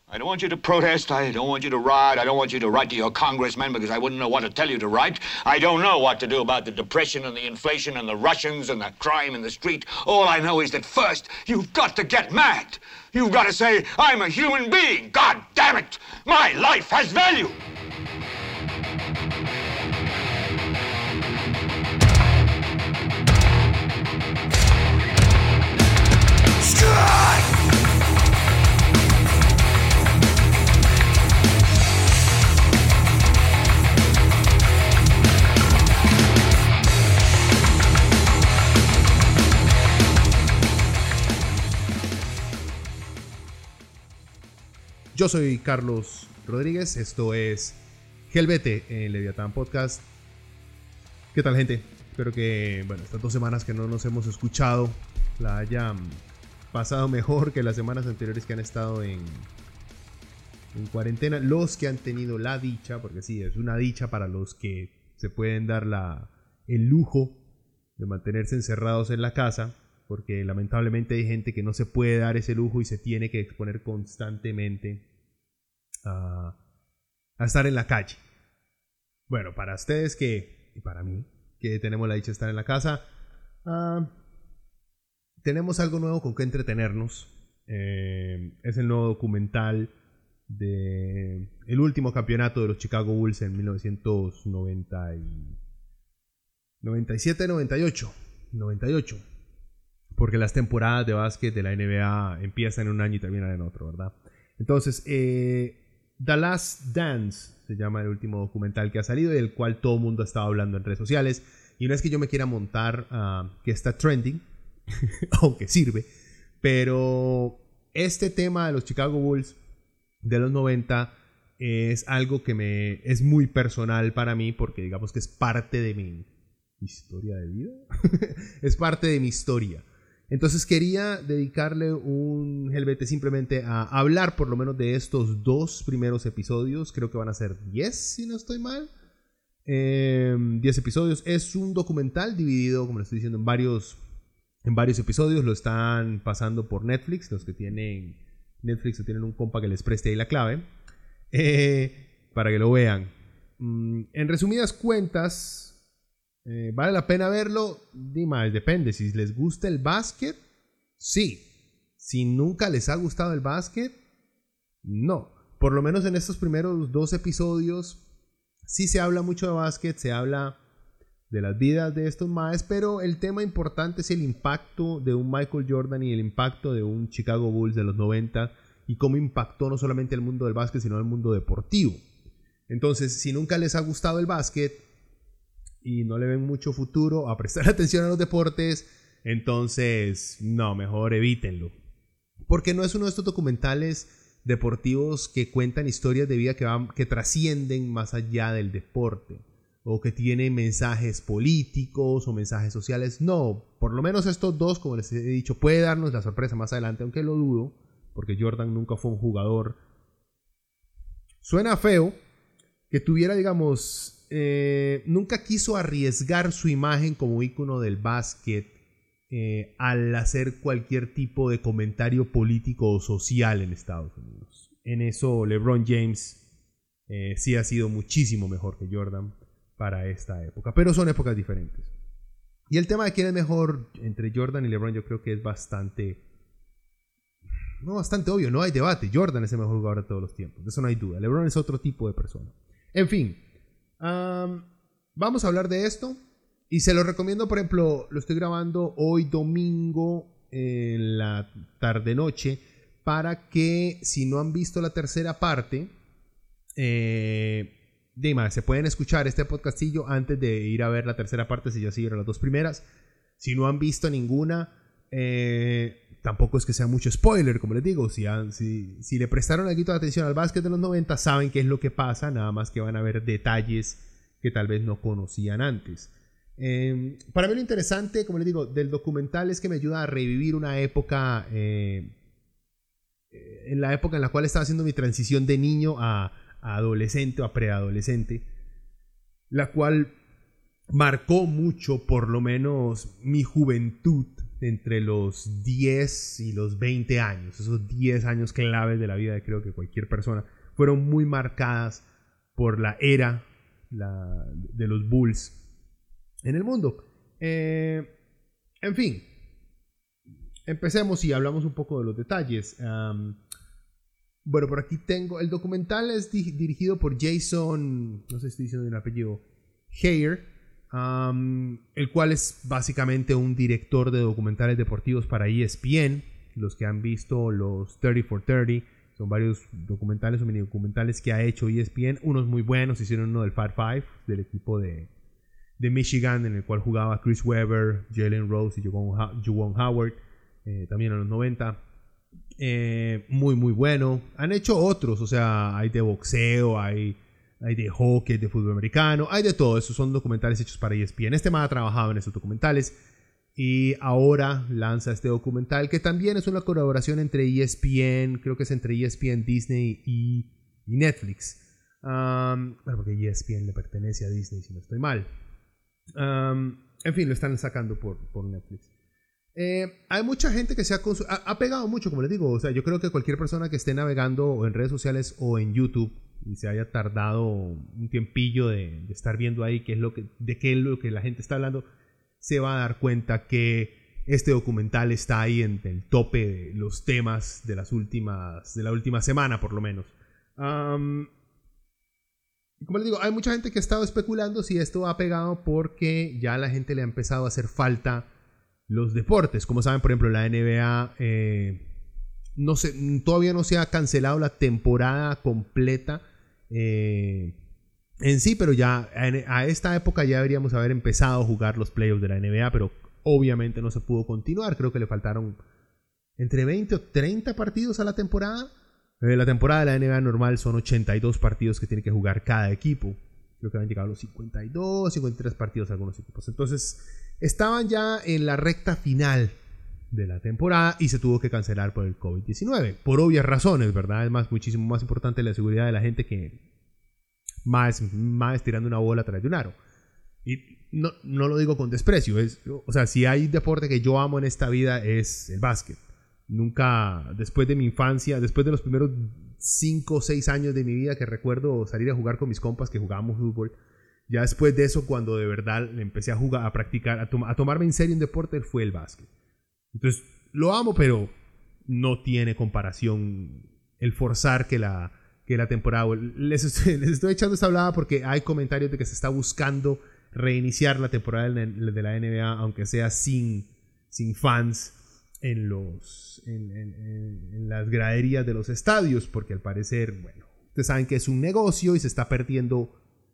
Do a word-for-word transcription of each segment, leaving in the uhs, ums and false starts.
I don't want you to protest. I don't want you to riot. I don't want you to write to your congressman because I wouldn't know what to tell you to write. I don't know what to do about the depression and the inflation and the Russians and the crime in the street. All I know is that first, you've got to get mad. You've got to say, I'm a human being. God damn it. My life has value. Yo soy Carlos Rodríguez, esto es Gelbete en Leviatán Podcast. ¿Qué tal, gente? Espero que, bueno, estas dos semanas que no nos hemos escuchado la hayan pasado mejor que las semanas anteriores que han estado en, en cuarentena. Los que han tenido la dicha, porque sí, es una dicha para los que se pueden dar la, el lujo de mantenerse encerrados en la casa, porque lamentablemente hay gente que no se puede dar ese lujo y se tiene que exponer constantemente a, a estar en la calle. Bueno, para ustedes que, y para mí, que tenemos la dicha de estar en la casa, uh, tenemos algo nuevo con que entretenernos. Eh, es el nuevo documental de el último campeonato de los Chicago Bulls en mil novecientos noventa y siete noventa y ocho. Porque las temporadas de básquet de la N B A empiezan en un año y terminan en otro, ¿verdad? Entonces, eh, The Last Dance se llama el último documental que ha salido y del cual todo el mundo ha estado hablando en redes sociales. Y no es que yo me quiera montar uh, que está trending, aunque sirve, pero este tema de los Chicago Bulls de los noventa es algo que me es muy personal para mí, porque digamos que es parte de mi historia de vida. Es parte de mi historia. Entonces quería dedicarle un Gelbete simplemente a hablar por lo menos de estos dos primeros episodios. Creo que van a ser diez, si no estoy mal. Eh, diez episodios. Es un documental dividido, como les estoy diciendo, en varios, en varios episodios. Lo están pasando por Netflix. Los que tienen Netflix o tienen un compa que les preste ahí la clave. Eh, para que lo vean. Mm, en resumidas cuentas... Eh, ¿Vale la pena verlo? Dime, depende. Si les gusta el básquet, sí. Si nunca les ha gustado el básquet, no. Por lo menos en estos primeros dos episodios sí se habla mucho de básquet, se habla de las vidas de estos maes, pero el tema importante es el impacto de un Michael Jordan y el impacto de un Chicago Bulls de los noventa y cómo impactó no solamente el mundo del básquet, sino el mundo deportivo. Entonces, si nunca les ha gustado el básquet y no le ven mucho futuro a prestar atención a los deportes, entonces no, mejor evítenlo, porque no es uno de estos documentales deportivos que cuentan historias de vida que, van, que trascienden más allá del deporte o que tienen mensajes políticos o mensajes sociales. No, por lo menos estos dos, como les he dicho, puede darnos la sorpresa más adelante, aunque lo dudo, porque Jordan nunca fue un jugador, suena feo, que tuviera, digamos... Eh, nunca quiso arriesgar su imagen como ícono del básquet eh, al hacer cualquier tipo de comentario político o social en Estados Unidos. En eso LeBron James eh, sí ha sido muchísimo mejor que Jordan para esta época, pero son épocas diferentes. Y el tema de quién es mejor entre Jordan y LeBron, yo creo que es bastante no bastante obvio, no hay debate. Jordan es el mejor jugador de todos los tiempos, de eso no hay duda. LeBron es otro tipo de persona. En fin, Um, vamos a hablar de esto y se lo recomiendo. Por ejemplo, lo estoy grabando hoy domingo en la tarde noche, para que si no han visto la tercera parte, eh, dime, se pueden escuchar este podcastillo antes de ir a ver la tercera parte si ya siguieron las dos primeras. Si no han visto ninguna, eh, tampoco es que sea mucho spoiler, como les digo. Si, han, si, si le prestaron algo de atención al básquet de los noventa, saben qué es lo que pasa, nada más que van a ver detalles que tal vez no conocían antes. Eh, para mí lo interesante, como les digo, del documental es que me ayuda a revivir una época, eh, en la época en la cual estaba haciendo mi transición de niño a, a adolescente o a preadolescente, la cual marcó mucho, por lo menos, mi juventud entre los diez y los veinte años. Esos diez años claves de la vida de creo que cualquier persona fueron muy marcadas por la era la, de los Bulls en el mundo. Eh, en fin, empecemos y hablamos un poco de los detalles. Um, bueno, por aquí tengo, el documental es di- dirigido por Jason, no sé si estoy diciendo un apellido, Heyer, um, el cual es básicamente un director de documentales deportivos para E S P N. Los que han visto los treinta por treinta, son varios documentales o mini documentales que ha hecho E S P N, unos muy buenos. Hicieron uno del Fab Five, del equipo de, de Michigan, en el cual jugaba Chris Webber, Jalen Rose y Juwan Howard, eh, también en los noventa. Eh, muy muy bueno. Han hecho otros, o sea, hay de boxeo, hay, hay de hockey, de fútbol americano, hay de todo. Esos son documentales hechos para E S P N. Este man ha trabajado en esos documentales y ahora lanza este documental que también es una colaboración entre E S P N, creo que es entre E S P N, Disney y, y Netflix. Um, bueno, porque E S P N le pertenece a Disney, si no estoy mal. Um, en fin, lo están sacando por, por Netflix. Eh, hay mucha gente que se ha, ha, ha pegado mucho, como les digo. O sea, yo creo que cualquier persona que esté navegando en redes sociales o en YouTube y se haya tardado un tiempillo de, de estar viendo ahí qué es lo que, de qué es lo que la gente está hablando, se va a dar cuenta que este documental está ahí en el tope de los temas de las últimas, de la última semana, por lo menos. Um, como les digo, hay mucha gente que ha estado especulando si esto ha pegado porque ya a la gente le ha empezado a hacer falta los deportes. Como saben, por ejemplo, la N B A eh, no se, todavía no se ha cancelado la temporada completa eh, en sí, pero ya a esta época ya deberíamos haber empezado a jugar los playoffs de la N B A, pero obviamente no se pudo continuar. Creo que le faltaron entre veinte o treinta partidos a la temporada. Eh, la temporada de la N B A normal son ochenta y dos partidos que tiene que jugar cada equipo. Creo que han llegado a los cincuenta y dos, cincuenta y tres partidos algunos equipos. Entonces estaban ya en la recta final de la temporada y se tuvo que cancelar por el COVID diecinueve. Por obvias razones, ¿verdad? Es más, muchísimo más importante la seguridad de la gente que más, más tirando una bola atrás de un aro. Y no, no lo digo con desprecio. Es, o sea, si hay deporte que yo amo en esta vida es el básquet. Nunca, después de mi infancia, después de los primeros cinco o seis años de mi vida que recuerdo salir a jugar con mis compas que jugábamos fútbol, ya después de eso, cuando de verdad empecé a jugar, a practicar, a, to- a tomarme en serio un deporte, fue el básquet. Entonces, lo amo, pero no tiene comparación el forzar que la, que la temporada... Les estoy, les estoy echando esta hablada porque hay comentarios de que se está buscando reiniciar la temporada de la N B A, aunque sea sin, sin fans en, los, en, en, en las graderías de los estadios, porque al parecer, bueno, ustedes saben que es un negocio y se está perdiendo...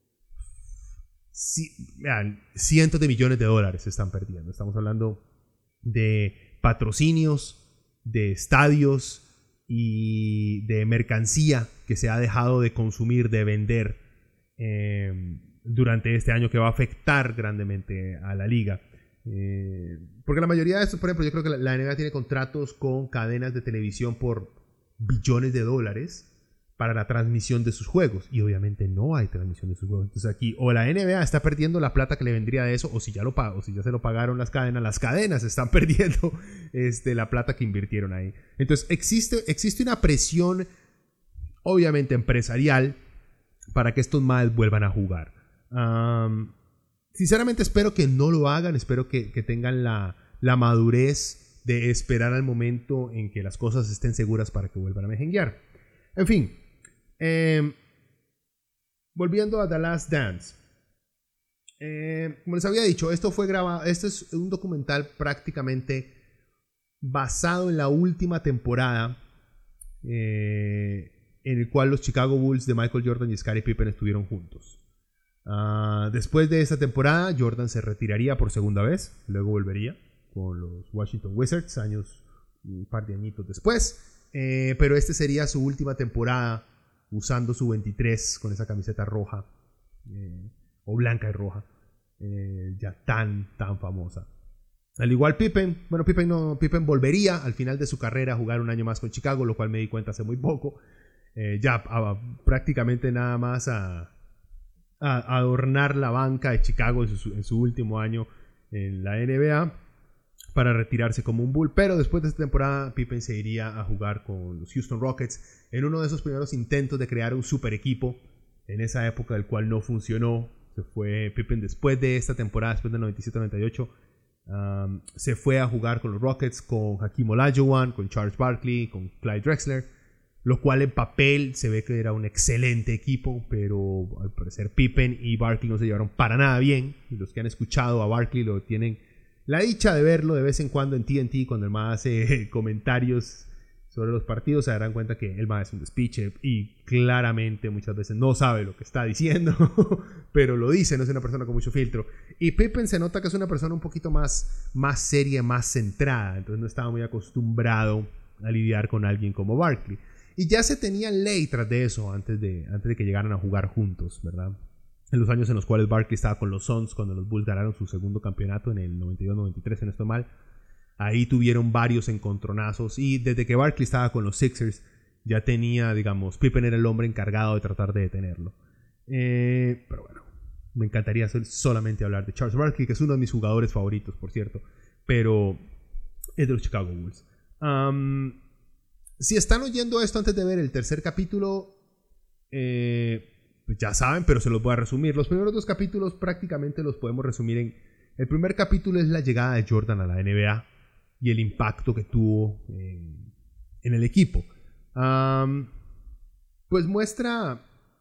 Sí, vean, cientos de millones de dólares se están perdiendo. Estamos hablando de patrocinios, de estadios y de mercancía que se ha dejado de consumir, de vender eh, durante este año, que va a afectar grandemente a la liga. Eh, porque la mayoría de estos, por ejemplo, yo creo que la, la N B A tiene contratos con cadenas de televisión por billones de dólares para la transmisión de sus juegos, y obviamente no hay transmisión de sus juegos. Entonces aquí o la N B A está perdiendo la plata que le vendría de eso, o si ya lo pagó, o si ya se lo pagaron las cadenas, las cadenas están perdiendo este, la plata que invirtieron ahí. Entonces existe, existe una presión obviamente empresarial para que estos más vuelvan a jugar. Um, sinceramente espero que no lo hagan, espero que, que tengan la, la madurez de esperar al momento en que las cosas estén seguras para que vuelvan a mejenguear. En fin, eh, volviendo a The Last Dance. Eh, como les había dicho, esto fue grabado, este es un documental prácticamente basado en la última temporada eh, en el cual los Chicago Bulls de Michael Jordan y Scottie Pippen estuvieron juntos. Uh, después de esta temporada, Jordan se retiraría por segunda vez, luego volvería con los Washington Wizards, años, un par de añitos después. Eh, pero este sería su última temporada usando su veintitrés con esa camiseta roja eh, o blanca y roja eh, ya tan tan famosa. Al igual Pippen, bueno Pippen no Pippen volvería al final de su carrera a jugar un año más con Chicago, lo cual me di cuenta hace muy poco, eh, ya a, a, prácticamente nada más a, a adornar la banca de Chicago en su, en su último año en la N B A. para retirarse como un Bull, pero después de esta temporada Pippen se iría a jugar con los Houston Rockets en uno de esos primeros intentos de crear un super equipo en esa época, del cual no funcionó. Se fue Pippen después de esta temporada, después del noventa y siete noventa y ocho, um, se fue a jugar con los Rockets, con Hakeem Olajuwon, con Charles Barkley, con Clyde Drexler, lo cual en papel se ve que era un excelente equipo, pero al parecer Pippen y Barkley no se llevaron para nada bien, y los que han escuchado a Barkley lo tienen la dicha de verlo de vez en cuando en T N T cuando el más hace comentarios sobre los partidos. Se darán cuenta que el más es un despiche y claramente muchas veces no sabe lo que está diciendo, pero lo dice, no es una persona con mucho filtro. Y Pippen se nota que es una persona un poquito más, más seria, más centrada, entonces no estaba muy acostumbrado a lidiar con alguien como Barkley. Y ya se tenían ley tras de eso antes de, antes de que llegaran a jugar juntos, ¿verdad? En los años en los cuales Barkley estaba con los Suns, cuando los Bulls ganaron su segundo campeonato en el noventa y dos noventa y tres, si no estoy mal. Ahí tuvieron varios encontronazos. Y desde que Barkley estaba con los Sixers, ya tenía, digamos, Pippen era el hombre encargado de tratar de detenerlo. Eh, pero bueno, me encantaría solamente hablar de Charles Barkley, que es uno de mis jugadores favoritos, por cierto. Pero es de los Chicago Bulls. Um, si están oyendo esto antes de ver el tercer capítulo, eh... pues ya saben, pero se los voy a resumir. Los primeros dos capítulos prácticamente los podemos resumir en... El primer capítulo es la llegada de Jordan a la N B A y el impacto que tuvo en, en el equipo. Um, pues muestra...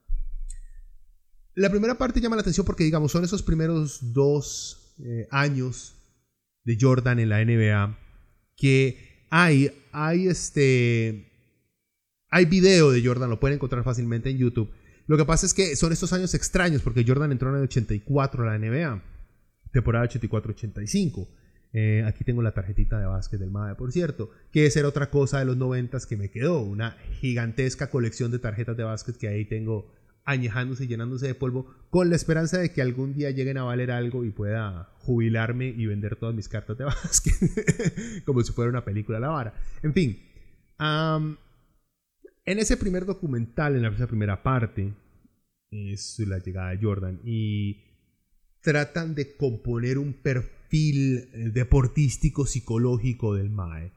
La primera parte llama la atención porque, digamos, son esos primeros dos eh, años de Jordan en la N B A que hay, hay este... Hay video de Jordan, lo pueden encontrar fácilmente en YouTube. Lo que pasa es que son estos años extraños porque Jordan entró en el ochenta y cuatro a la N B A, temporada ochenta y cuatro ochenta y cinco. Eh, aquí tengo la tarjetita de básquet del M A E, por cierto, que esa era otra cosa de los noventas que me quedó, una gigantesca colección de tarjetas de básquet que ahí tengo añejándose y llenándose de polvo, con la esperanza de que algún día lleguen a valer algo y pueda jubilarme y vender todas mis cartas de básquet como si fuera una película a la vara. En fin, um, en ese primer documental, en esa primera parte, es la llegada de Jordan y tratan de componer un perfil deportístico psicológico del M A E,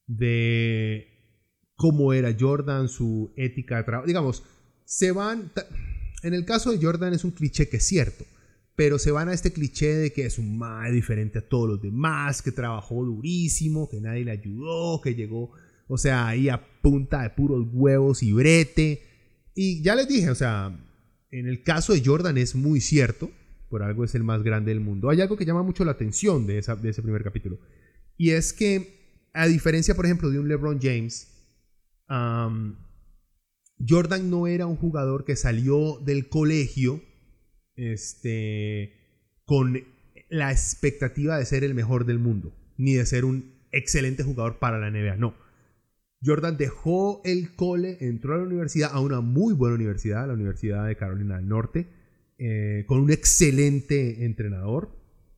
de cómo era Jordan, su ética de trabajo. Digamos, se van, en el caso de Jordan es un cliché que es cierto, pero se van a este cliché de que es un M A E diferente a todos los demás, que trabajó durísimo, que nadie le ayudó, que llegó... O sea, ahí a punta de puros huevos y brete. Y ya les dije, o sea, en el caso de Jordan es muy cierto. Por algo es el más grande del mundo. Hay algo que llama mucho la atención de, esa, de ese primer capítulo. Y es que, a diferencia, por ejemplo, de un LeBron James, um, Jordan no era un jugador que salió del colegio este, con la expectativa de ser el mejor del mundo. Ni de ser un excelente jugador para la N B A. No. Jordan dejó el cole, entró a la universidad, a una muy buena universidad, la Universidad de Carolina del Norte, eh, con un excelente entrenador,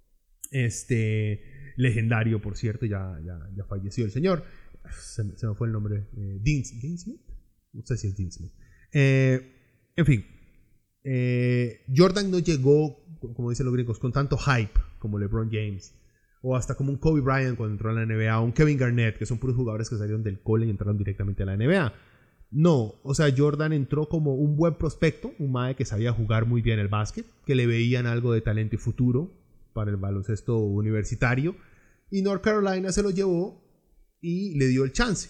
este, legendario, por cierto, ya, ya, ya falleció el señor, se me, se me fue el nombre, eh, Dean, Dean Smith, no sé si es Dean Smith. Eh, en fin, eh, Jordan no llegó, como dicen los gringos, con tanto hype como LeBron James, o hasta como un Kobe Bryant cuando entró a la N B A, o un Kevin Garnett, que son puros jugadores que salieron del cole y entraron directamente a la N B A. No, o sea, Jordan entró como un buen prospecto, un mae que sabía jugar muy bien el básquet, que le veían algo de talento y futuro para el baloncesto universitario, y North Carolina se lo llevó y le dio el chance.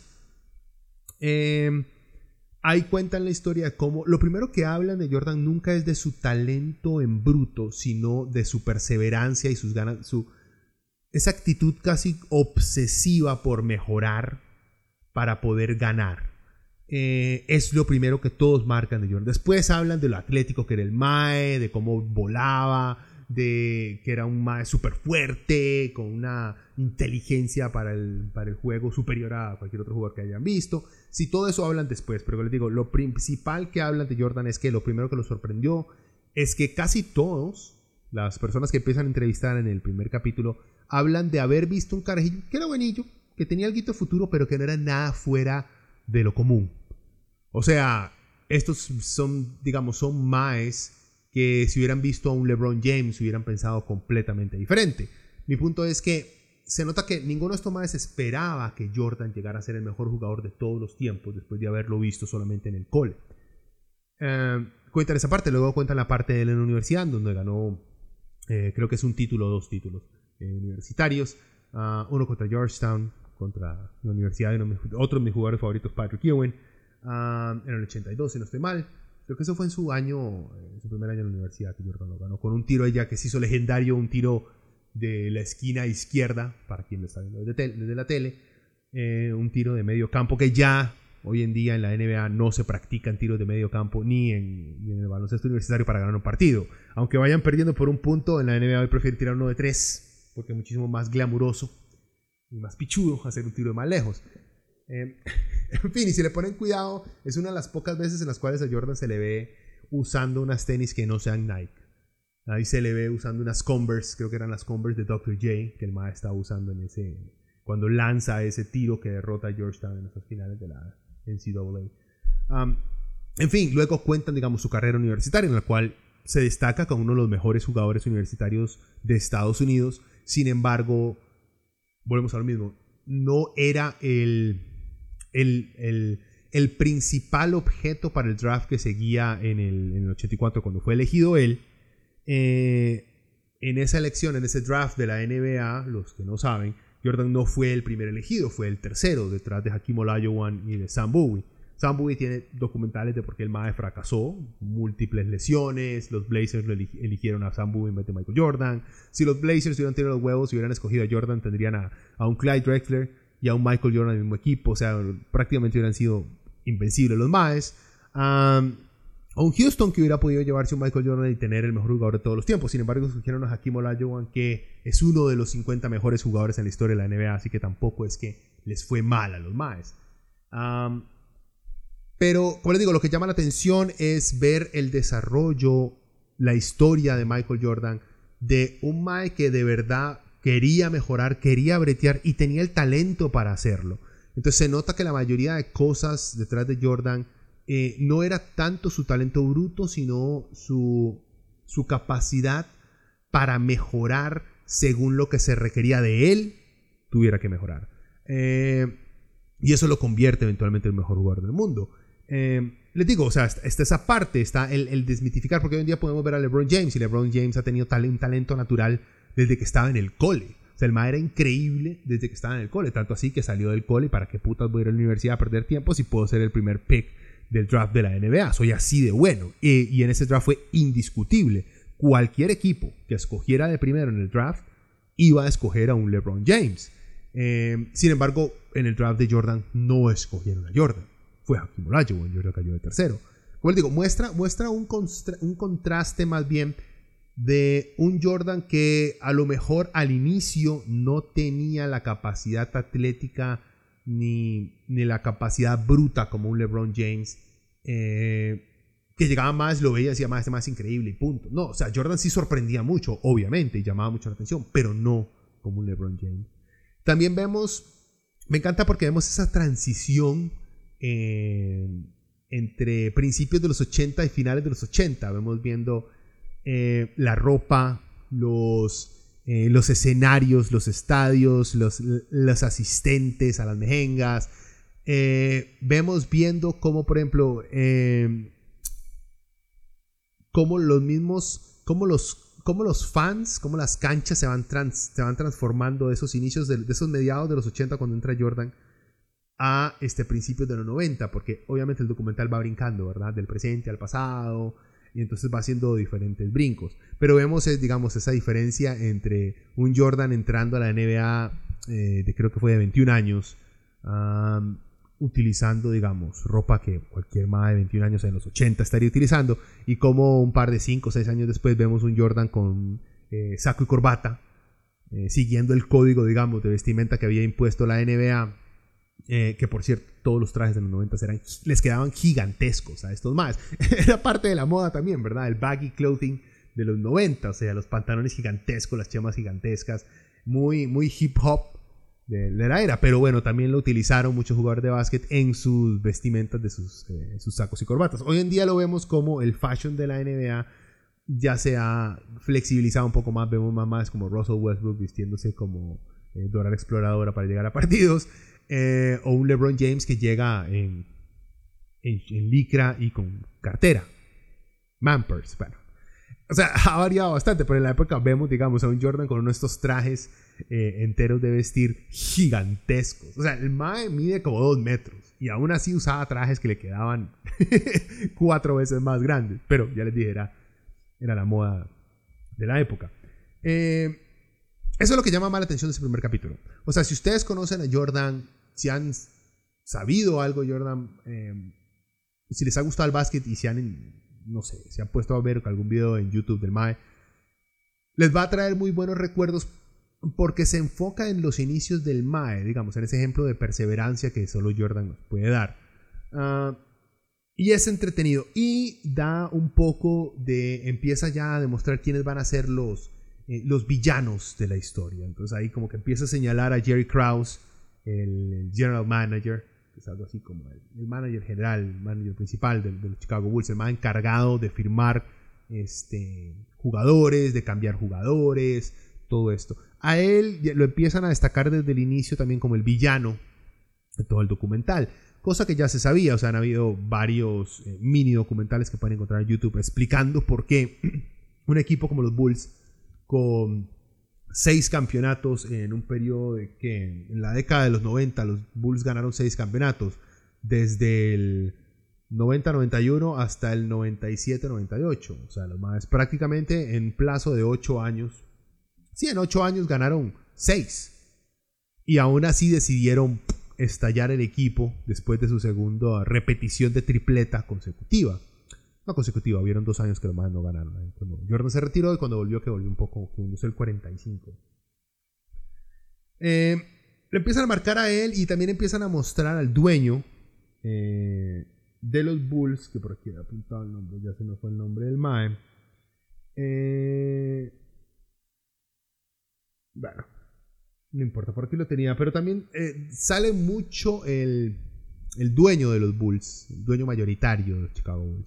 Eh, ahí cuentan la historia de cómo, lo primero que hablan de Jordan nunca es de su talento en bruto, sino de su perseverancia y sus ganas, su esa actitud casi obsesiva por mejorar para poder ganar. Eh, es lo primero que todos marcan de Jordan. Después hablan de lo atlético que era el mae, de cómo volaba, de que era un mae súper fuerte, con una inteligencia para el, para el juego superior a cualquier otro jugador que hayan visto. Sí, todo eso hablan después, pero les digo, lo principal que hablan de Jordan es que lo primero que los sorprendió es que casi todos, las personas que empiezan a entrevistar en el primer capítulo, hablan de haber visto un carajillo que era buenillo, que tenía algo de futuro, pero que no era nada fuera de lo común. O sea, estos son, digamos, son maes que si hubieran visto a un LeBron James hubieran pensado completamente diferente. Mi punto es que se nota que ninguno de estos maes esperaba que Jordan llegara a ser el mejor jugador de todos los tiempos después de haberlo visto solamente en el cole. Eh, cuentan esa parte, luego cuentan la parte de él en la universidad, donde ganó, eh, creo que es un título o dos títulos eh, universitarios. Uh, uno contra Georgetown, contra la universidad de uno de mis, otro de mis jugadores favoritos, Patrick Ewing, uh, en el ochenta y dos, si no estoy mal. Creo que eso fue en su año, en su primer año en la universidad, que Jordan lo ganó, con un tiro ella que se hizo legendario, un tiro de la esquina izquierda, para quien lo está viendo desde, tel, desde la tele, eh, un tiro de medio campo que ya hoy en día en la N B A no se practican tiros de medio campo ni en, ni en el baloncesto universitario para ganar un partido. Aunque vayan perdiendo por un punto, en la N B A hoy prefieren tirar uno de tres, porque es muchísimo más glamuroso y más pichudo hacer un tiro de más lejos. Eh, en fin, y si le ponen cuidado, es una de las pocas veces en las cuales a Jordan se le ve usando unas tenis que no sean Nike. Ahí se le ve usando unas Converse, creo que eran las Converse de doctor J, que el ma estaba usando en ese, cuando lanza ese tiro que derrota a Georgetown en esas finales de la N C A A. Um, en fin, luego cuentan, digamos, su carrera universitaria, en la cual se destaca como uno de los mejores jugadores universitarios de Estados Unidos. Sin embargo, volvemos a lo mismo, no era el, el, el, el principal objeto para el draft que seguía en el, en el ochenta y cuatro cuando fue elegido él. Eh, en esa elección, en ese draft de la N B A, los que no saben, Jordan no fue el primer elegido, fue el tercero, detrás de Hakeem Olajuwon y de Sam Bowie. Sam Bowie tiene documentales de por qué el mae fracasó, múltiples lesiones, los Blazers lo eligieron a Sam Bowie en vez de Michael Jordan. Si los Blazers hubieran tenido los huevos y hubieran escogido a Jordan, tendrían a, a un Clyde Drexler y a un Michael Jordan en el mismo equipo, o sea, prácticamente hubieran sido invencibles los maes. Um, a un Houston que hubiera podido llevarse a un Michael Jordan y tener el mejor jugador de todos los tiempos. Sin embargo, escogieron a Hakeem Olajuwon, que es uno de los cincuenta mejores jugadores en la historia de la N B A, así que tampoco es que les fue mal a los maes. Um, pero, como les digo, lo que llama la atención es ver el desarrollo, la historia de Michael Jordan, de un mae que de verdad quería mejorar, quería bretear y tenía el talento para hacerlo. Entonces se nota que la mayoría de cosas detrás de Jordan Eh, no era tanto su talento bruto, sino su, su capacidad para mejorar según lo que se requería de él, tuviera que mejorar. Eh, y eso lo convierte eventualmente en el mejor jugador del mundo. Eh, les digo, o sea, está esa parte, está el, el desmitificar, porque hoy en día podemos ver a LeBron James, y LeBron James ha tenido tal, un talento natural desde que estaba en el cole. O sea, el ma era increíble desde que estaba en el cole, tanto así que salió del cole y para qué putas voy a ir a la universidad a perder tiempo si puedo ser el primer pick del draft de la N B A. Soy así de bueno. Y, y en ese draft fue indiscutible. Cualquier equipo que escogiera de primero en el draft iba a escoger a un LeBron James. Eh, sin embargo, en el draft de Jordan no escogieron a Jordan. Fue Hakeem Olajuwon. Jordan cayó de tercero. Como les digo, muestra, muestra un, constra- un contraste más bien de un Jordan que a lo mejor al inicio no tenía la capacidad atlética Ni, ni la capacidad bruta como un LeBron James, eh, que llegaba más, lo veía y decía, más, este más increíble y punto. No, o sea, Jordan sí sorprendía mucho, obviamente, y llamaba mucho la atención, pero no como un LeBron James. También vemos, me encanta porque vemos esa transición eh, entre principios de los ochenta y finales de los ochenta. Vemos viendo eh, la ropa, los... Eh, los escenarios, los estadios, los, los asistentes a las mejengas. Eh, vemos viendo cómo, por ejemplo, eh, cómo los mismos, cómo los, cómo los fans, cómo las canchas se van, trans, se van transformando de esos inicios, de, de esos mediados de los ochenta cuando entra Jordan a este principios de los noventa, porque obviamente el documental va brincando, ¿verdad? Del presente al pasado. Y entonces va haciendo diferentes brincos. Pero vemos, digamos, esa diferencia entre un Jordan entrando a la N B A, eh, de, creo que fue de veintiún años, um, utilizando, digamos, ropa que cualquier más de veintiún años en los ochenta estaría utilizando. Y como un par de cinco o seis años después vemos un Jordan con eh, saco y corbata, eh, siguiendo el código, digamos, de vestimenta que había impuesto la N B A. Eh, que por cierto, todos los trajes de los noventa eran, les quedaban gigantescos a estos más. Era parte de la moda también, ¿verdad? El baggy clothing de los noventa, o sea, los pantalones gigantescos, las chamas gigantescas, muy, muy hip hop de, de la era. Pero bueno, también lo utilizaron muchos jugadores de básquet en sus vestimentas de sus, eh, sus sacos y corbatas. Hoy en día lo vemos como el fashion de la N B A ya se ha flexibilizado un poco más. Vemos más, más como Russell Westbrook vistiéndose como eh, Dora la Exploradora para llegar a partidos, eh, o un LeBron James que llega en, en, en licra y con cartera, Mampers, bueno. O sea, ha variado bastante, pero en la época vemos, digamos, a un Jordan con uno de estos trajes eh, enteros de vestir gigantescos. O sea, el mae mide como dos metros y aún así usaba trajes que le quedaban cuatro veces más grandes. Pero ya les dije, era, era la moda de la época. Eh, eso es lo que llama más la atención de ese primer capítulo. O sea, si ustedes conocen a Jordan, si han sabido algo de Jordan, eh, si les ha gustado el básquet y si han... no sé, se han puesto a ver algún video en YouTube del mae, les va a traer muy buenos recuerdos porque se enfoca en los inicios del mae, digamos, en ese ejemplo de perseverancia que solo Jordan nos puede dar. Uh, y es entretenido y da un poco de... empieza ya a demostrar quiénes van a ser los, eh, los villanos de la historia. Entonces ahí como que empieza a señalar a Jerry Krause, el general manager, que es algo así como el, el manager general, el manager principal de, de los Chicago Bulls, el más encargado de firmar este, jugadores, de cambiar jugadores, todo esto. A él lo empiezan a destacar desde el inicio también como el villano de todo el documental, cosa que ya se sabía. O sea, han habido varios eh, mini documentales que pueden encontrar en YouTube explicando por qué un equipo como los Bulls, con seis campeonatos en un periodo de que en la década de los noventa los Bulls ganaron seis campeonatos desde el noventa noventa y uno hasta el noventa y siete noventa y ocho, o sea, los más prácticamente en plazo de ocho años, sí, en ocho años ganaron seis y aún así decidieron estallar el equipo después de su segunda repetición de tripleta consecutiva. No consecutiva, hubieron dos años que los más no ganaron. ¿eh? Cuando Jordan se retiró y cuando volvió, que volvió un poco, cuando el cuarenta y cinco. Eh, le empiezan a marcar a él y también empiezan a mostrar al dueño eh, de los Bulls, que por aquí he apuntado el nombre, ya se me fue el nombre del mae. Eh, bueno, no importa, por aquí lo tenía, pero también eh, sale mucho el, el dueño de los Bulls, el dueño mayoritario de los Chicago Bulls.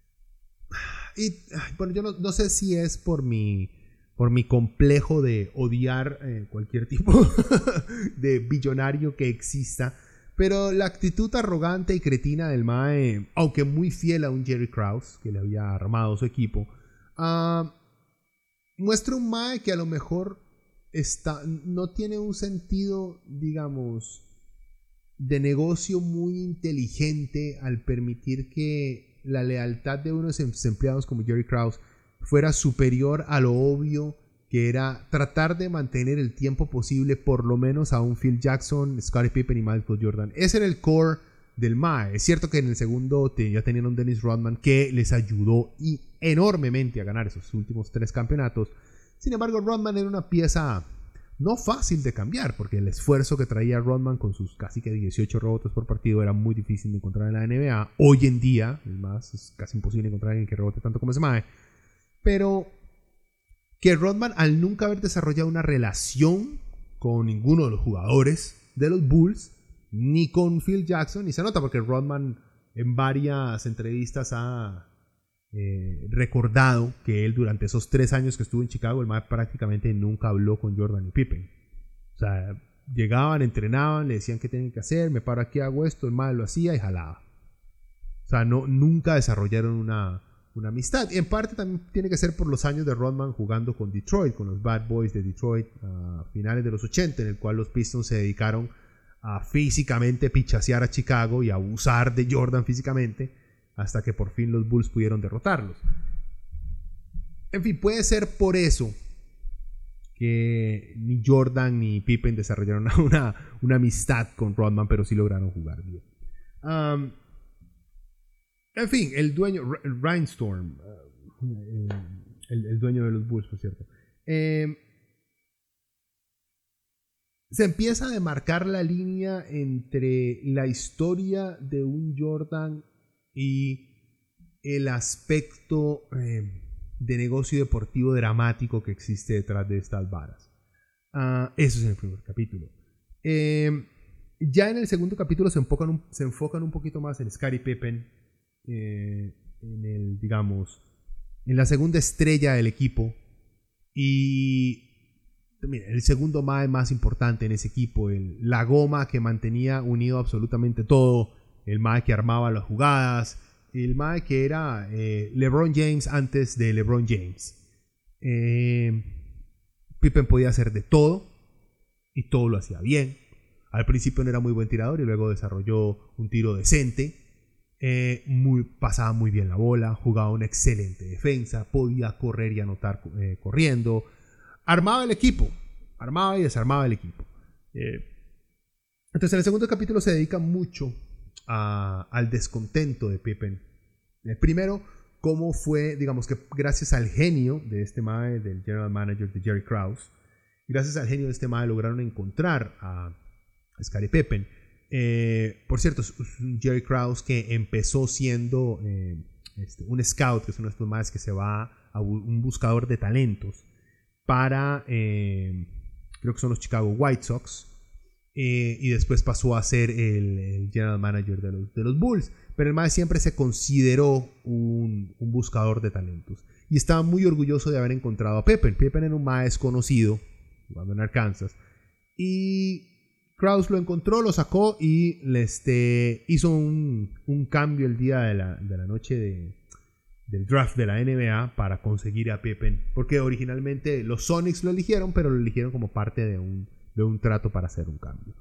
Y bueno, yo no, no sé si es por mi, por mi complejo de odiar eh, cualquier tipo de billonario que exista, pero la actitud arrogante y cretina del mae, aunque muy fiel a un Jerry Krause que le había armado su equipo, uh, muestra un mae que a lo mejor está, no tiene un sentido, digamos, de negocio muy inteligente al permitir que la lealtad de unos empleados como Jerry Krause fuera superior a lo obvio, que era tratar de mantener el tiempo posible por lo menos a un Phil Jackson, Scottie Pippen y Michael Jordan. Ese era el core del mae. Es cierto que en el segundo te, ya tenían un Dennis Rodman que les ayudó y enormemente a ganar esos últimos tres campeonatos. Sin embargo, Rodman era una pieza no fácil de cambiar, porque el esfuerzo que traía Rodman con sus casi que dieciocho rebotes por partido era muy difícil de encontrar en la N B A. Hoy en día, es más, es casi imposible encontrar a alguien que rebote tanto como ese mae. Pero que Rodman, al nunca haber desarrollado una relación con ninguno de los jugadores de los Bulls, ni con Phil Jackson, y se nota porque Rodman en varias entrevistas ha eh, recordado que él durante esos tres años que estuvo en Chicago, el mae prácticamente nunca habló con Jordan y Pippen. O sea, llegaban, entrenaban, le decían qué tenían que hacer, me paro aquí, hago esto, el mae lo hacía y jalaba. O sea, no, nunca desarrollaron una, una amistad. Y en parte también tiene que ser por los años de Rodman jugando con Detroit, con los Bad Boys de Detroit a finales de los ochenta, en el cual los Pistons se dedicaron a físicamente pichasear a Chicago y a abusar de Jordan físicamente, hasta que por fin los Bulls pudieron derrotarlos. En fin, puede ser por eso que ni Jordan ni Pippen desarrollaron una, una amistad con Rodman, pero sí lograron jugar bien. Um, en fin, el dueño, Reinstorm, uh, el, el dueño de los Bulls, por cierto, eh, se empieza a demarcar la línea entre la historia de un Jordan y el aspecto eh, de negocio deportivo dramático que existe detrás de estas varas. Uh, eso es en el primer capítulo. Eh, ya en el segundo capítulo se enfocan un, se enfocan un poquito más en Scottie Pippen, eh, en el, digamos, en la segunda estrella del equipo, y mira, el segundo mae más importante en ese equipo, el, la goma que mantenía unido absolutamente todo, el mae que armaba las jugadas, el mae que era eh, LeBron James antes de LeBron James. Eh, Pippen podía hacer de todo y todo lo hacía bien. Al principio no era muy buen tirador y luego desarrolló un tiro decente. Eh, muy, pasaba muy bien la bola, jugaba una excelente defensa, podía correr y anotar eh, corriendo. Armaba el equipo, armaba y desarmaba el equipo. Eh, entonces en el segundo capítulo se dedica mucho a, al descontento de Pippen. Eh, primero, cómo fue, digamos que gracias al genio de este mae, del general manager de Jerry Krause, gracias al genio de este mae lograron encontrar a, a Scottie Pippen. Eh, por cierto, es un Jerry Krause que empezó siendo eh, este, un scout, que es uno de estos maes que se va a bu- un buscador de talentos para, eh, creo que son los Chicago White Sox, eh, y después pasó a ser el, el general manager de los, de los Bulls. Pero el mae siempre se consideró un, un buscador de talentos y estaba muy orgulloso de haber encontrado a Pippen. Pippen era un mae desconocido jugando en Arkansas y Krause lo encontró, lo sacó y le, este, hizo un, un cambio el día de la, de la noche de, del draft de la N B A para conseguir a Pippen, porque originalmente los Sonics lo eligieron, pero lo eligieron como parte de un, de un trato para hacer un cambio.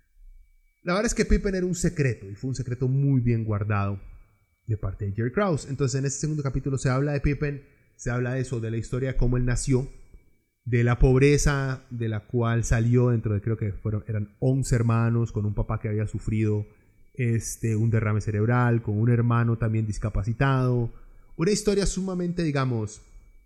La verdad es que Pippen era un secreto y fue un secreto muy bien guardado de parte de Jerry Krause. Entonces en este segundo capítulo se habla de Pippen, se habla de eso, de la historia de cómo él nació, de la pobreza de la cual salió dentro de, creo que fueron, eran once hermanos, con un papá que había sufrido este, un derrame cerebral, con un hermano también discapacitado. Una historia sumamente, digamos,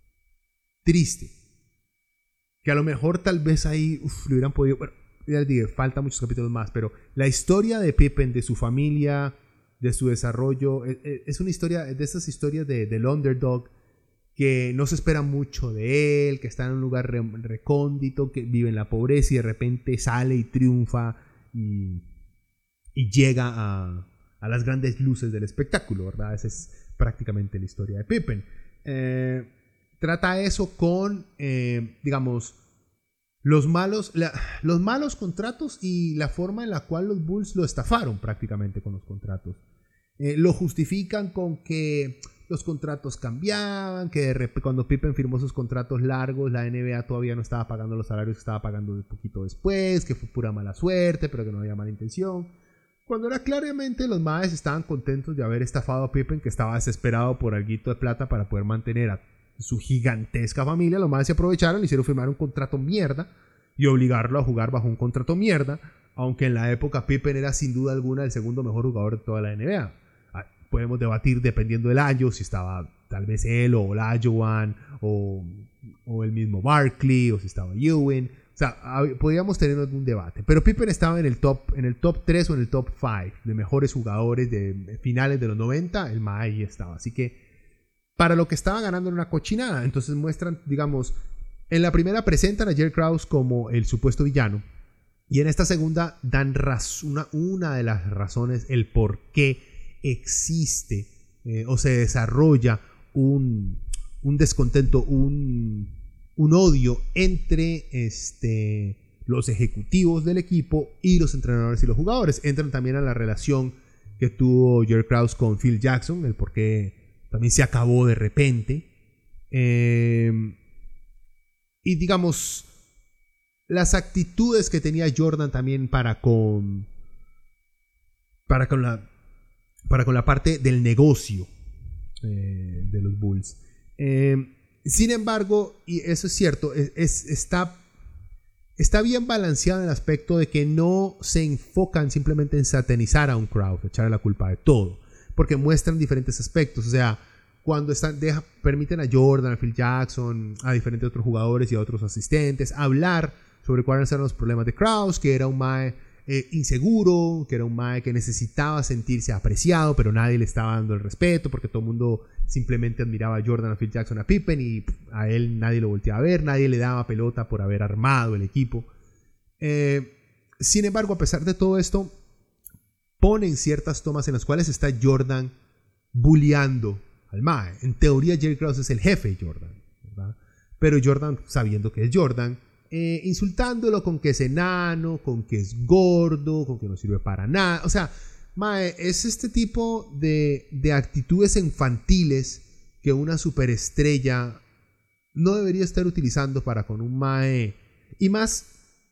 triste. Que a lo mejor tal vez ahí uf, le hubieran podido... Bueno, ya les dije, faltan muchos capítulos más, pero la historia de Pippen, de su familia, de su desarrollo, es, es una historia, de esas historias de, del underdog, que no se espera mucho de él, que está en un lugar re, recóndito, que vive en la pobreza y de repente sale y triunfa y, y llega a, a las grandes luces del espectáculo, ¿verdad? Esa es prácticamente la historia de Pippen. Eh, trata eso con, eh, digamos, los malos, la, los malos contratos y la forma en la cual los Bulls lo estafaron prácticamente con los contratos. Eh, lo justifican con que los contratos cambiaban, que de repente, cuando Pippen firmó sus contratos largos, la N B A todavía no estaba pagando los salarios que estaba pagando un poquito después, que fue pura mala suerte, pero que no había mala intención. Cuando era claramente los maes estaban contentos de haber estafado a Pippen, que estaba desesperado por alguito de plata para poder mantener a su gigantesca familia. Los maes se aprovecharon, le hicieron firmar un contrato mierda y obligarlo a jugar bajo un contrato mierda, aunque en la época Pippen era sin duda alguna el segundo mejor jugador de toda la N B A. Podemos debatir dependiendo del año, si estaba tal vez él o Olajuwon o, o el mismo Barkley o si estaba Ewing. O sea, podríamos tener un debate. Pero Pippen estaba en el top en el top tres o en el top cinco de mejores jugadores de finales de los noventa. El mae ahí estaba. Así que para lo que estaba ganando en una cochinada. Entonces muestran, digamos, en la primera presentan a Jerry Krause como el supuesto villano. Y en esta segunda dan raz- una, una de las razones, el por qué existe eh, o se desarrolla un, un descontento, un, un odio entre este, los ejecutivos del equipo y los entrenadores y los jugadores. Entran también a la relación que tuvo Jerry Krause con Phil Jackson, el por qué también se acabó de repente. Eh, y digamos, las actitudes que tenía Jordan también para con, para con la para con la parte del negocio eh, de los Bulls. Eh, sin embargo, y eso es cierto, es, es, está, está bien balanceado en el aspecto de que no se enfocan simplemente en satanizar a un Krause, echarle la culpa de todo, porque muestran diferentes aspectos. O sea, cuando están, deja, permiten a Jordan, a Phil Jackson, a diferentes otros jugadores y a otros asistentes hablar sobre cuáles eran los problemas de Krause, que era un mae Eh, inseguro, que era un mae que necesitaba sentirse apreciado, pero nadie le estaba dando el respeto porque todo el mundo simplemente admiraba a Jordan, a Phil Jackson, a Pippen y a él nadie lo volteaba a ver, nadie le daba pelota por haber armado el equipo. Eh, sin embargo, a pesar de todo esto, ponen ciertas tomas en las cuales está Jordan bulleando al mae. En teoría Jerry Krause es el jefe de Jordan, ¿verdad? Pero Jordan, sabiendo que es Jordan, eh, insultándolo con que es enano, con que es gordo, con que no sirve para nada. O sea, mae, es este tipo de, de actitudes infantiles que una superestrella no debería estar utilizando para con un mae. Y más,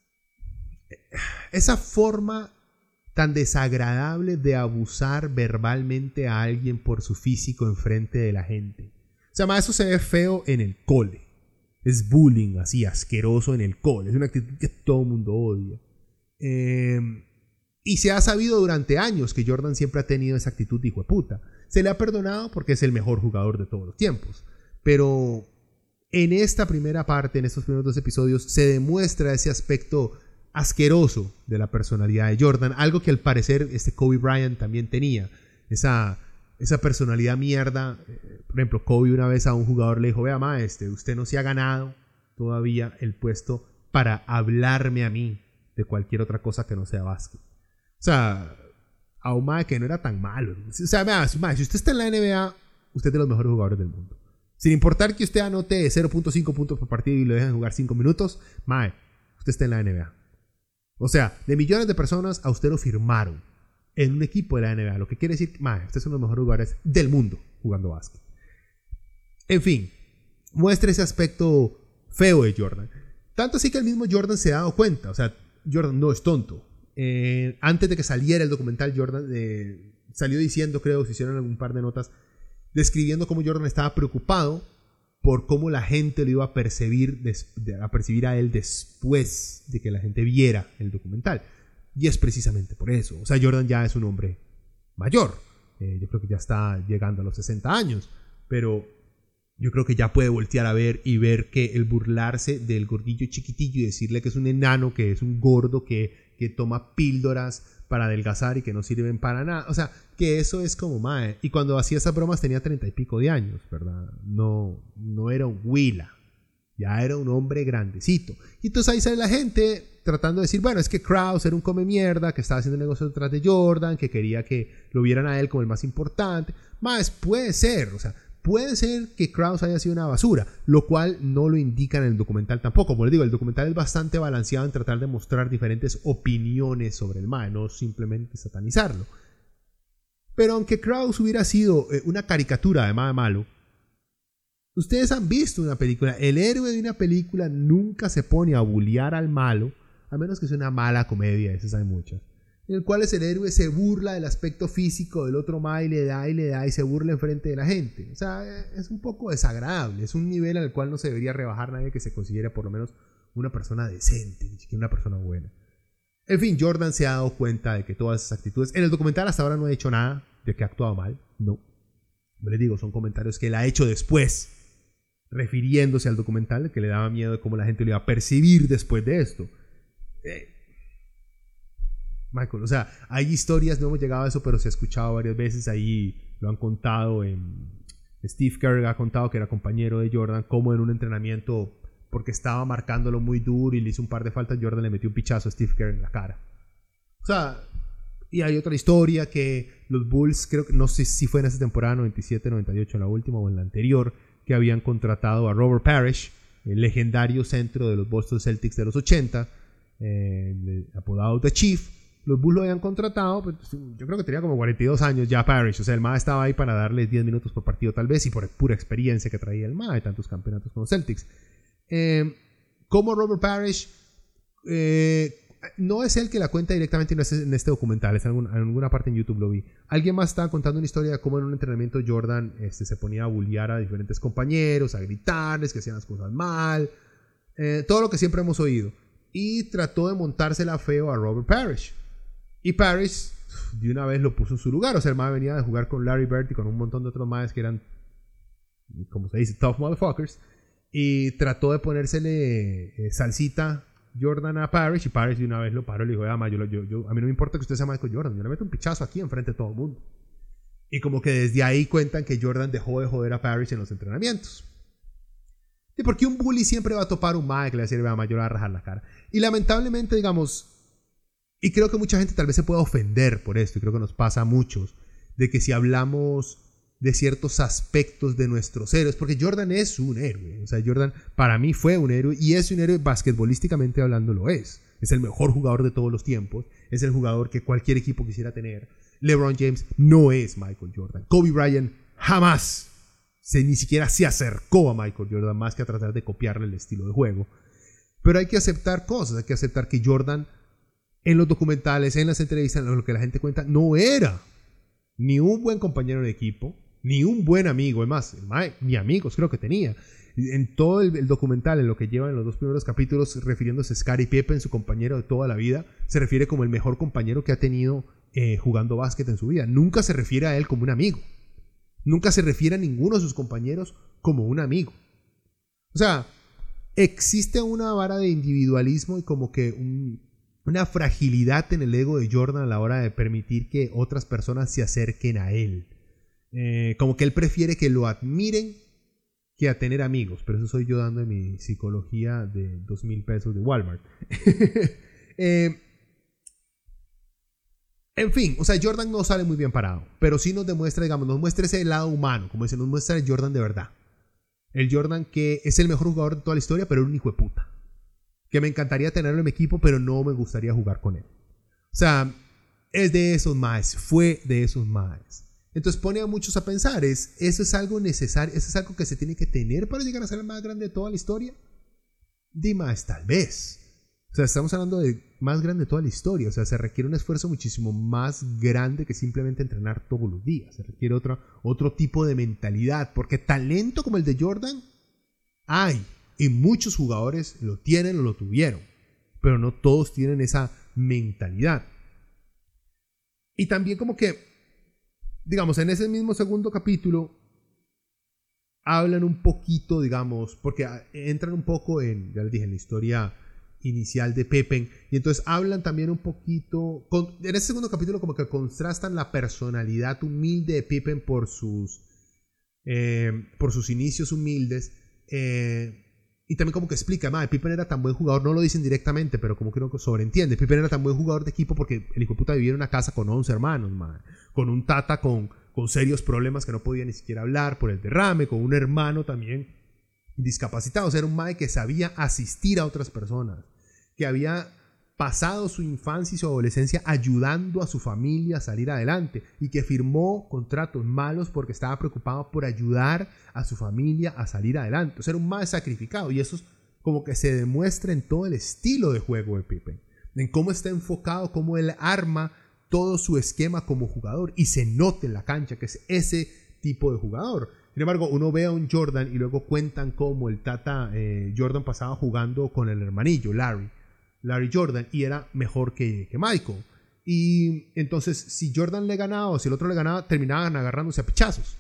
esa forma tan desagradable de abusar verbalmente a alguien por su físico enfrente de la gente. O sea, mae, eso se ve feo en el cole. Es bullying así, asqueroso en el cole. Es una actitud que todo el mundo odia. Eh, y se ha sabido durante años que Jordan siempre ha tenido esa actitud de hijo de puta. Se le ha perdonado porque es el mejor jugador de todos los tiempos. Pero en esta primera parte, en estos primeros dos episodios, se demuestra ese aspecto asqueroso de la personalidad de Jordan. Algo que al parecer este Kobe Bryant también tenía. Esa, esa personalidad mierda. Por ejemplo, Kobe una vez a un jugador le dijo: vea, ma, este, usted no se ha ganado todavía el puesto para hablarme a mí de cualquier otra cosa que no sea básquet. O sea, a un ma que no era tan malo. O sea, ma, ma, si usted está en la N B A, usted es de los mejores jugadores del mundo. Sin importar que usted anote cero punto cinco puntos por partido y lo dejen jugar cinco minutos, ma, usted está en la N B A. O sea, de millones de personas a usted lo firmaron en un equipo de la N B A. Lo que quiere decir, ma, usted es uno de los mejores jugadores del mundo jugando básquet. En fin, muestra ese aspecto feo de Jordan. Tanto así que el mismo Jordan se ha dado cuenta. O sea, Jordan no es tonto. Eh, antes de que saliera el documental, Jordan eh, salió diciendo, creo, se hicieron un par de notas, describiendo cómo Jordan estaba preocupado por cómo la gente lo iba a percibir, des, a percibir a él después de que la gente viera el documental. Y es precisamente por eso. O sea, Jordan ya es un hombre mayor. Eh, yo creo que ya está llegando a los sesenta años. Pero yo creo que ya puede voltear a ver y ver que el burlarse del gordillo chiquitillo y decirle que es un enano, que es un gordo, que, que toma píldoras para adelgazar y que no sirven para nada. O sea, que eso es como mae. Y cuando hacía esas bromas tenía treinta y pico de años, ¿verdad? No, no era un huila. Ya era un hombre grandecito. Y entonces ahí sale la gente tratando de decir, bueno, es que Krause era un come mierda, que estaba haciendo negocios detrás de Jordan, que quería que lo vieran a él como el más importante. Más puede ser, o sea, puede ser que Krause haya sido una basura, lo cual no lo indica en el documental tampoco. Como les digo, el documental es bastante balanceado en tratar de mostrar diferentes opiniones sobre el mae, no simplemente satanizarlo. Pero aunque Krause hubiera sido una caricatura de mae malo, ustedes han visto una película. El héroe de una película nunca se pone a bullear al malo, a menos que sea una mala comedia, esas hay muchas, en el cual el héroe se burla del aspecto físico del otro mae y le da y le da y se burla enfrente de la gente. O sea, es un poco desagradable. Es un nivel al cual no se debería rebajar nadie que se considere por lo menos una persona decente, ni siquiera una persona buena. En fin, Jordan se ha dado cuenta de que todas esas actitudes... En el documental hasta ahora no ha dicho nada de que ha actuado mal. No. Como les digo, son comentarios que él ha hecho después, refiriéndose al documental, que le daba miedo de cómo la gente lo iba a percibir después de esto. Eh, Michael, o sea, hay historias, no hemos llegado a eso, pero se ha escuchado varias veces, ahí lo han contado. En Steve Kerr ha contado que era compañero de Jordan, como en un entrenamiento, porque estaba marcándolo muy duro y le hizo un par de faltas, Jordan le metió un pichazo a Steve Kerr en la cara. O sea, y hay otra historia que los Bulls, creo que no sé si fue en esa temporada noventa y siete noventa y ocho, en la última o en la anterior, que habían contratado a Robert Parrish, el legendario centro de los Boston Celtics de los ochenta, eh, apodado The Chief. Los Bulls lo habían contratado, pues, yo creo que tenía como cuarenta y dos años ya Parrish. O sea, el M A estaba ahí para darle diez minutos por partido tal vez, y por pura experiencia que traía el M A de tantos campeonatos con los Celtics. Eh, como Robert Parrish, eh, no es él que la cuenta directamente en este documental, es en alguna, en alguna parte en YouTube lo vi. Alguien más estaba contando una historia de cómo en un entrenamiento Jordan este, se ponía a bullear a diferentes compañeros, a gritarles que hacían las cosas mal, eh, todo lo que siempre hemos oído. Y trató de montársela feo a Robert Parrish. Y Parrish de una vez lo puso en su lugar. O sea, el mae venía de jugar con Larry Bird y con un montón de otros maes que eran, como se dice, tough motherfuckers. Y trató de ponérsele eh, salsita Jordan a Parrish, y Parrish de una vez lo paró y le dijo: ah, yo, yo, yo, a mí no me importa que usted sea Michael Jordan, yo le meto un pichazo aquí enfrente de todo el mundo. Y como que desde ahí cuentan que Jordan dejó de joder a Parrish en los entrenamientos. Y porque un bully siempre va a topar un mae que le va a decir: vea, yo le voy a rajar la cara. Y lamentablemente, digamos, y creo que mucha gente tal vez se pueda ofender por esto, y creo que nos pasa a muchos, de que si hablamos de ciertos aspectos de nuestros héroes, porque Jordan es un héroe. O sea, Jordan para mí fue un héroe y es un héroe basquetbolísticamente hablando, lo es. Es el mejor jugador de todos los tiempos, es el jugador que cualquier equipo quisiera tener. LeBron James no es Michael Jordan. Kobe Bryant jamás se, ni siquiera se acercó a Michael Jordan más que a tratar de copiarle el estilo de juego. Pero hay que aceptar cosas, hay que aceptar que Jordan en los documentales, en las entrevistas, en lo que la gente cuenta, no era ni un buen compañero de equipo, ni un buen amigo. Es más, ni amigos creo que tenía. En todo el, el documental, en lo que lleva en los dos primeros capítulos, refiriéndose a Scottie Pippen, su compañero de toda la vida, se refiere como el mejor compañero que ha tenido eh, jugando básquet en su vida. Nunca se refiere a él como un amigo. Nunca se refiere a ninguno de sus compañeros como un amigo. O sea, existe una vara de individualismo y como que un, una fragilidad en el ego de Jordan a la hora de permitir que otras personas se acerquen a él. Eh, como que él prefiere que lo admiren que a tener amigos. Pero eso soy yo dando mi psicología de dos mil pesos de Walmart. eh, en fin, o sea, Jordan no sale muy bien parado, pero sí nos demuestra, digamos, nos muestra ese lado humano, como dice, nos muestra el Jordan de verdad. El Jordan que es el mejor jugador de toda la historia, pero era un hijo de puta. Que me encantaría tenerlo en mi equipo, pero no me gustaría jugar con él. O sea, es de esos maes, fue de esos maes. Entonces pone a muchos a pensar, ¿es, ¿eso es algo necesario? ¿Eso es algo que se tiene que tener para llegar a ser el más grande de toda la historia? Dimas, tal vez. O sea, estamos hablando de más grande de toda la historia. O sea, se requiere un esfuerzo muchísimo más grande que simplemente entrenar todos los días. Se requiere otro, otro tipo de mentalidad. Porque talento como el de Jordan hay. Y muchos jugadores lo tienen o lo tuvieron. Pero no todos tienen esa mentalidad. Y también como que, digamos, en ese mismo segundo capítulo hablan un poquito, digamos, porque entran un poco en, ya les dije, en la historia inicial de Pippen, y entonces hablan también un poquito, con, en ese segundo capítulo como que contrastan la personalidad humilde de Pippen por sus, eh, por sus inicios humildes, eh, y también como que explica, madre, Pippen era tan buen jugador, no lo dicen directamente, pero como que uno sobreentiende, Pippen era tan buen jugador de equipo porque el hijo de puta vivía en una casa con once hermanos, madre, con un tata con, con serios problemas que no podía ni siquiera hablar por el derrame, con un hermano también discapacitado. O sea, era un mae que sabía asistir a otras personas, que había pasado su infancia y su adolescencia ayudando a su familia a salir adelante y que firmó contratos malos porque estaba preocupado por ayudar a su familia a salir adelante. O sea, era un mae sacrificado, y eso es como que se demuestra en todo el estilo de juego de Pippen, en cómo está enfocado, cómo él arma todo su esquema como jugador y se nota en la cancha que es ese tipo de jugador. Sin embargo, uno ve a un Jordan y luego cuentan cómo el tata eh, Jordan pasaba jugando con el hermanillo, Larry. Larry Jordan, y era mejor que, que Michael. Y entonces, si Jordan le ganaba o si el otro le ganaba, terminaban agarrándose a pichazos.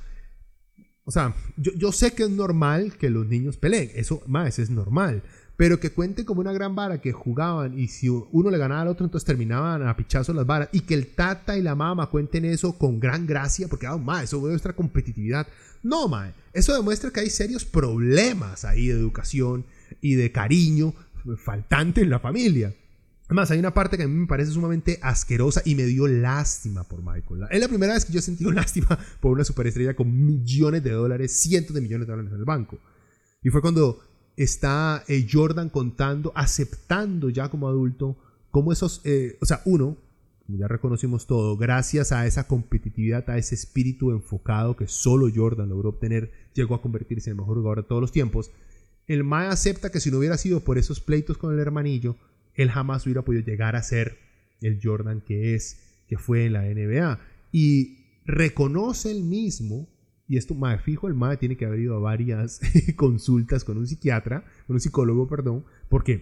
O sea, yo, yo sé que es normal que los niños peleen. Eso, más, es normal. Pero que cuenten como una gran vara que jugaban y si uno le ganaba al otro, entonces terminaban a pichazos las varas. Y que el tata y la mamá cuenten eso con gran gracia, porque, ah, ma, eso demuestra competitividad. No, ma, eso demuestra que hay serios problemas ahí de educación y de cariño faltante en la familia. Además, hay una parte que a mí me parece sumamente asquerosa y me dio lástima por Michael. Es la primera vez que yo he sentido lástima por una superestrella con millones de dólares, cientos de millones de dólares en el banco. Y fue cuando está eh, Jordan contando, aceptando ya como adulto, cómo esos, eh, o sea, uno, como ya reconocimos todo, gracias a esa competitividad, a ese espíritu enfocado que solo Jordan logró obtener, llegó a convertirse en el mejor jugador de todos los tiempos. El Mae acepta que si no hubiera sido por esos pleitos con el hermanillo, él jamás hubiera podido llegar a ser el Jordan que es, que fue en la N B A. Y reconoce él mismo, y esto, mae, fijo, el mae tiene que haber ido a varias consultas con un psiquiatra, con un psicólogo, perdón, porque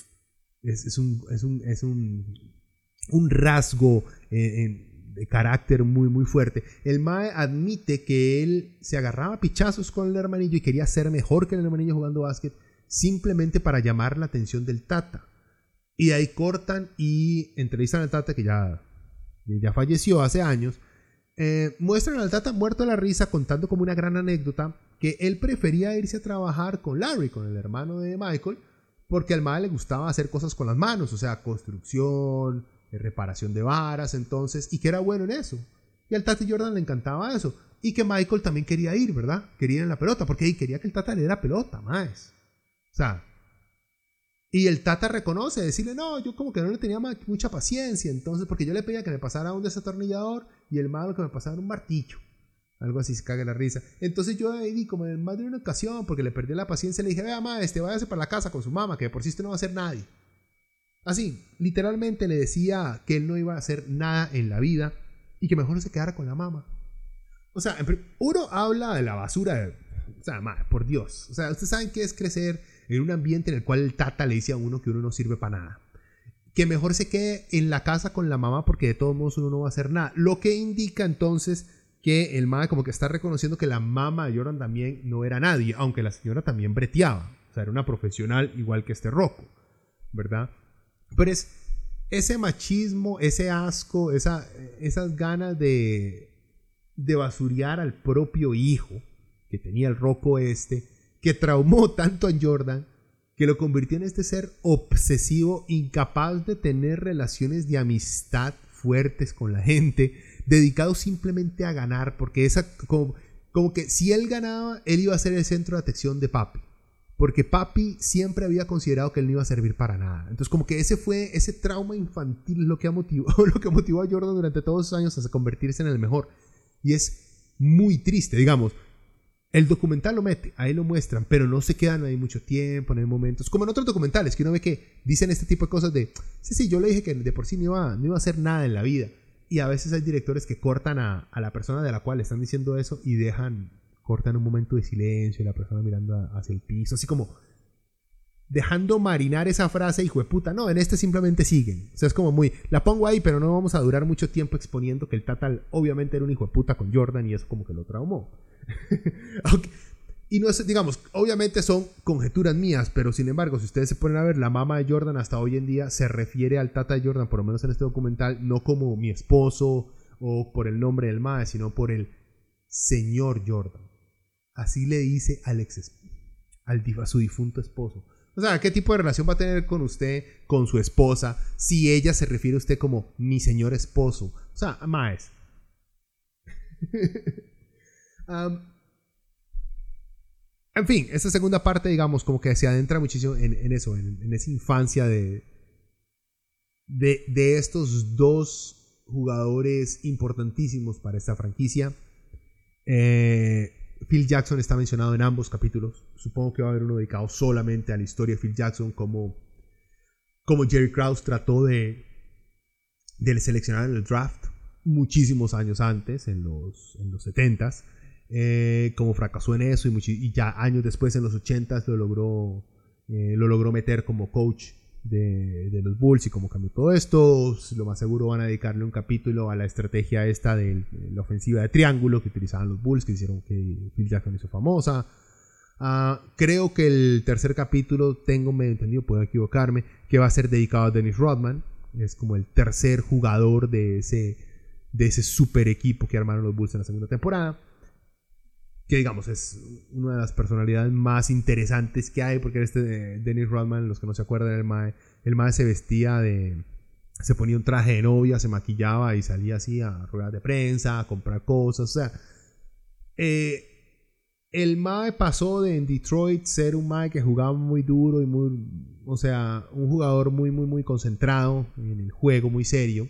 es, es, un, es, un, es un, un rasgo eh, en, de carácter muy, muy fuerte. El mae admite que él se agarraba a pichazos con el hermanillo y quería ser mejor que el hermanillo jugando básquet simplemente para llamar la atención del tata. Y de ahí cortan y entrevistan al tata, que ya, ya falleció hace años. Eh, muestran al tata muerto de la risa contando como una gran anécdota que él prefería irse a trabajar con Larry, con el hermano de Michael, porque al mae le gustaba hacer cosas con las manos, o sea, construcción, reparación de varas, entonces, y que era bueno en eso. Y al tata Jordan le encantaba eso. y que Michael también quería ir, ¿verdad? Quería ir en la pelota, porque hey, quería que el Tata le diera pelota, más. O sea, y el Tata reconoce, decirle, no, yo como que no le tenía mucha paciencia, entonces, porque yo le pedía que me pasara un desatornillador y el malo que me pasara un martillo. Algo así, se caga la risa. Entonces yo ahí, como en más de una ocasión, porque le perdí la paciencia, le dije, vea, ma, este, váyase para la casa con su mamá, que de por sí usted no va a hacer nadie. Así, literalmente le decía que él no iba a hacer nada en la vida y que mejor se quedara con la mamá. O sea, uno habla de la basura de... O sea, ma, por Dios. O sea, ustedes saben qué es crecer en un ambiente en el cual el Tata le dice a uno que uno no sirve para nada. Que mejor se quede en la casa con la mamá porque de todos modos uno no va a hacer nada. Lo que indica entonces que el ma como que está reconociendo que la mamá de Jordan también no era nadie, aunque la señora también breteaba. O sea, era una profesional igual que este Rocco, ¿verdad? Pero es ese machismo, ese asco, esa, esas ganas de... de basurear al propio hijo que tenía el Rocco este, que traumó tanto a Jordan, que lo convirtió en este ser obsesivo, incapaz de tener relaciones de amistad fuertes con la gente, dedicado simplemente a ganar, porque esa, como, como que si él ganaba, él iba a ser el centro de atención de papi, porque papi siempre había considerado que él no iba a servir para nada. Entonces como que ese fue, ese trauma infantil lo que motivó, lo que motivó a Jordan durante todos esos años a convertirse en el mejor. Y es muy triste, digamos. El documental lo mete, ahí lo muestran, pero no se quedan ahí mucho tiempo, no hay momentos. Como en otros documentales, que uno ve que dicen este tipo de cosas de, sí, sí, yo le dije que de por sí no iba, no iba a hacer nada en la vida. Y a veces hay directores que cortan a, a la persona de la cual le están diciendo eso y dejan, cortan un momento de silencio y la persona mirando a, hacia el piso, así como dejando marinar esa frase, hijo de puta. No, en este simplemente siguen. O sea, es como muy, la pongo ahí, pero no vamos a durar mucho tiempo exponiendo que el Tata obviamente era un hijo de puta con Jordan y eso como que lo traumó. Okay. Y no es, digamos, obviamente son conjeturas mías, pero sin embargo, si ustedes se ponen a ver, la mamá de Jordan hasta hoy en día se refiere al Tata de Jordan, por lo menos en este documental, no como mi esposo o por el nombre del mae, sino por el señor Jordan. Así le dice al ex, al, a su difunto esposo. O sea, ¿qué tipo de relación va a tener con usted, con su esposa, si ella se refiere a usted como mi señor esposo? O sea, maes. um, en fin, esta segunda parte, digamos, como que se adentra muchísimo en, en eso, en, en esa infancia de, de, de estos dos jugadores importantísimos para esta franquicia. Eh... Phil Jackson está mencionado en ambos capítulos. Supongo que va a haber uno dedicado solamente a la historia de Phil Jackson, como, como Jerry Krause trató de, de seleccionar en el draft muchísimos años antes, en los, en los setentas, eh, como fracasó en eso y, mucho, y ya años después, en los ochentas, lo logró, eh, lo logró meter como coach de, de los Bulls y como cambió todo esto. Lo más seguro van a dedicarle un capítulo a la estrategia esta de la ofensiva de triángulo que utilizaban los Bulls, que hicieron que Phil Jackson hizo famosa. Uh, creo que el tercer capítulo, tengo medio entendido, puedo equivocarme, que va a ser dedicado a Dennis Rodman. Es como el tercer jugador de ese, de ese super equipo que armaron los Bulls en la segunda temporada, que digamos es una de las personalidades más interesantes que hay, porque este de Dennis Rodman, los que no se acuerdan, el mae, el mae se vestía de, se ponía un traje de novia, se maquillaba y salía así a ruedas de prensa, a comprar cosas. O sea, eh, el mae pasó de en Detroit ser un mae que jugaba muy duro y muy, o sea, un jugador muy muy muy concentrado en el juego, muy serio,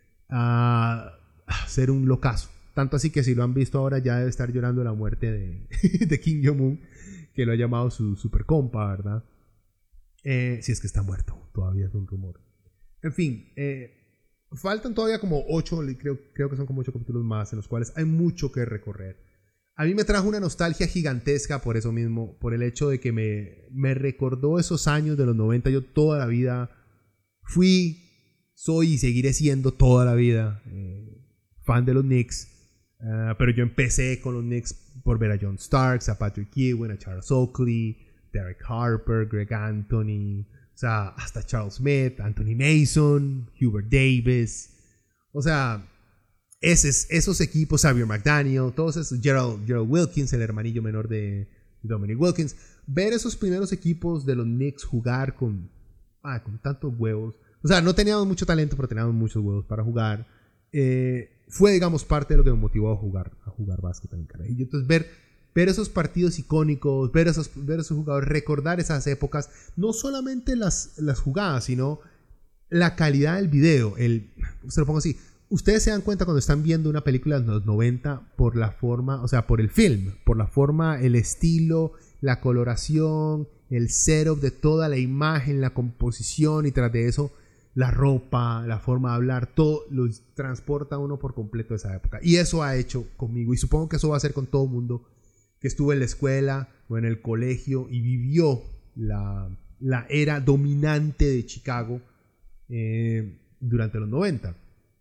a ser un locazo. Tanto así que si lo han visto ahora ya debe estar llorando la muerte de, de Kim Jong-un, que lo ha llamado su super compa, ¿verdad? Eh, si es que está muerto, todavía es un rumor. En fin, eh, faltan todavía como ocho, creo, creo que son como ocho capítulos más en los cuales hay mucho que recorrer. A mí me trajo una nostalgia gigantesca por eso mismo, por el hecho de que me, me recordó esos años de los noventa. Yo toda la vida fui, soy y seguiré siendo toda la vida eh, fan de los Knicks. Uh, pero yo empecé con los Knicks por ver a John Starks, a Patrick Ewing, a Charles Oakley, Derek Harper, Greg Anthony, o sea, hasta Charles Smith, Anthony Mason, Hubert Davis. O sea, esos, esos equipos, Xavier McDaniel, todos esos, Gerald, Gerald Wilkins, el hermanillo menor de Dominic Wilkins. Ver esos primeros equipos de los Knicks jugar con, ah, con tantos huevos. O sea, no teníamos mucho talento, pero teníamos muchos huevos para jugar. Eh, fue, digamos, parte de lo que me motivó a jugar, a jugar básquet en Carajillo. Entonces, ver, ver esos partidos icónicos, ver esos, ver esos jugadores, recordar esas épocas, no solamente las, las jugadas, sino la calidad del video. El, se lo pongo así. Ustedes se dan cuenta cuando están viendo una película de los noventa por la forma, o sea, por el film, por la forma, el estilo, la coloración, el setup de toda la imagen, la composición, y tras de eso la ropa, la forma de hablar, todo lo transporta a uno por completo a esa época. Y eso ha hecho conmigo, y supongo que eso va a hacer con todo el mundo que estuvo en la escuela o en el colegio y vivió la, la era dominante de Chicago eh, durante los noventa.